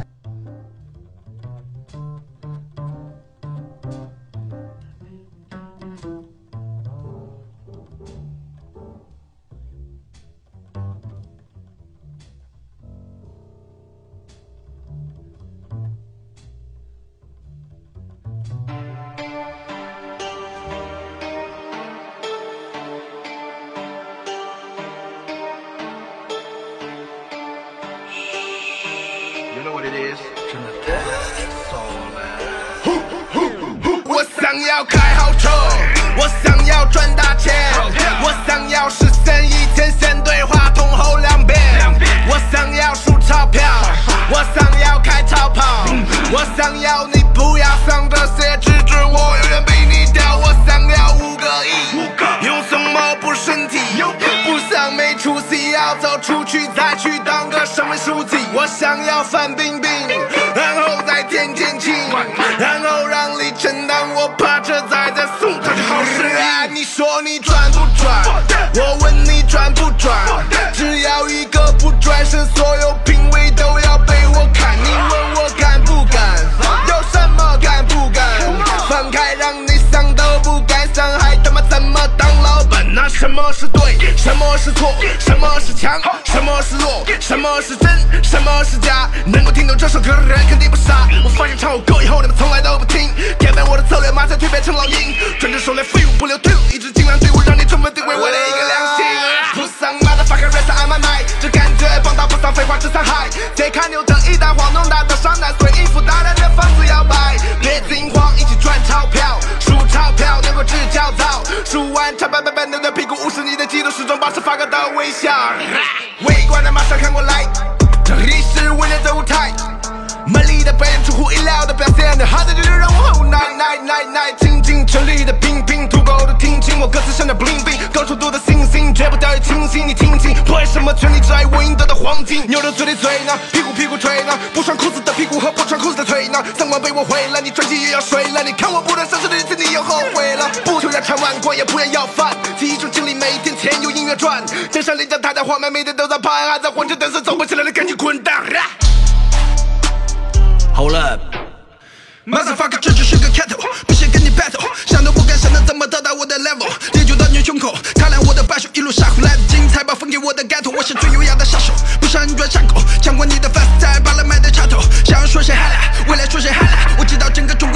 我想要开豪车，我想要赚大钱，我想要实现一天先对话筒吼两遍，我想要数钞票，我想要开超跑，我想要你不要想这些，只准我永远比你屌。我想要五个亿，用什么补身体？不想没出息，要走出去再去当个省委书记。我想要范冰冰，然后再天天亲，然后让李晨当我趴着再再送他去好事啊！你说你转不转？我问你转不转？只要一个不转身，所有品味都要被我看。你问我敢不敢？有什么敢不敢？放开让你想都不敢想，还他妈怎么当老板？那什么是对？什么是错？什么是强？什么是弱？什么是真？什么是假？能够听懂这首歌的人肯定不傻。我发现唱我歌以后，你们从来都不听。改变我的策略，马上蜕变成老鹰，转着手来废物不留退路，一直尽量对我，让你充分定位我的一个良心。不丧妈的 fucker rest on my mind， 这感觉棒到不丧废话只残害。再看牛灯一旦晃弄大到伤难，随衣服大胆的房子摇摆，别惊慌，一起赚钞票，数钞票能够治焦躁，数完长白白白扭扭屁股，无视你的嫉妒，始终保持发哥的微笑。围观的马上看过来，这里是为了的舞台。满力的表演，出乎意料的表现，好的就让我后奶奶奶奶，倾尽全力的拼拼，土狗的听清我歌词像点 bling bling， 高速度的星星，绝不掉以轻心。你听清，为什么权力只爱我赢得的黄金？牛的嘴里嘴呢，屁股屁股吹呢，不穿裤子的屁股和不穿裤子的腿呢，三观被我毁了，你专辑也要睡了。你看我不断上市的日子，你又后悔了。不求要唱万贯，也不愿要饭，记忆中经历每一天，钱有音乐赚。登上领奖台的画面，每天都在拍，还在混着等死，走不起来的赶紧滚蛋。Hold up Motherfucker 这只是个开头，不想跟你 battle， 想都不敢想，能怎么得到我的 level， 烈酒到你胸口，踏烂我的败手，一路杀回来的精彩，把分给我的盖头，我是最优雅的杀手，不想转山口，抢过你的 fast style， 把了麦的插头，想要说些 highlight， 未来说些 highlight， 我知道整个中国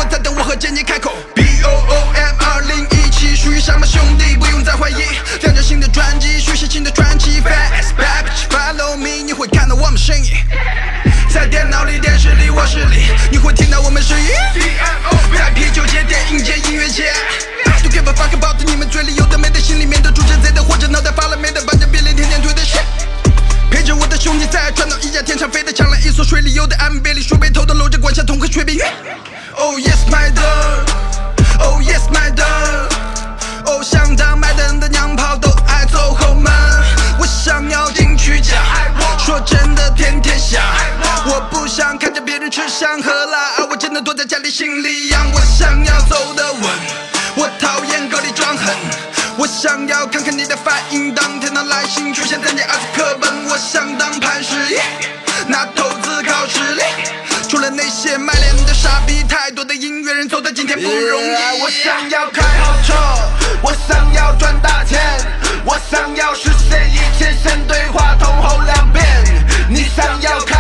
见你开口。B O O M 二零一七属于上班兄弟，不用再怀疑。亮着新的专辑，续写新的传奇。Fast back follow me， 你会看到我们身影。在电脑里、电视里、卧室里，你会听到我们声音。在啤酒节、电影节、音乐节。Don't give a fuck about 你们嘴里有的没的，心里面都住着贼的，或者脑袋发了霉的，板着别脸天天推的 shit。陪着我的兄弟在转到一架天上飞的，抢来一所水里游的安贝里，书背头的搂着管辖同和学边缘。Oh yes my dog，Oh yes my dog， 哦想当麦登的娘炮都爱走后门，我想要进去讲，说真的天天想，我不想看着别人吃香喝辣，而我真的躲在家里心里痒，我想要走得稳，我讨厌歌里装狠，我想要看看你的反应，当天的来信出现在你儿子课本，我想当磐石，拿投资靠实力，除了那些卖脸的傻逼，太多的音乐人走到今天不容易。Yeah, 我想要开好车，我想要赚大钱，我想要实现一切，先对话筒吼两遍。你想要开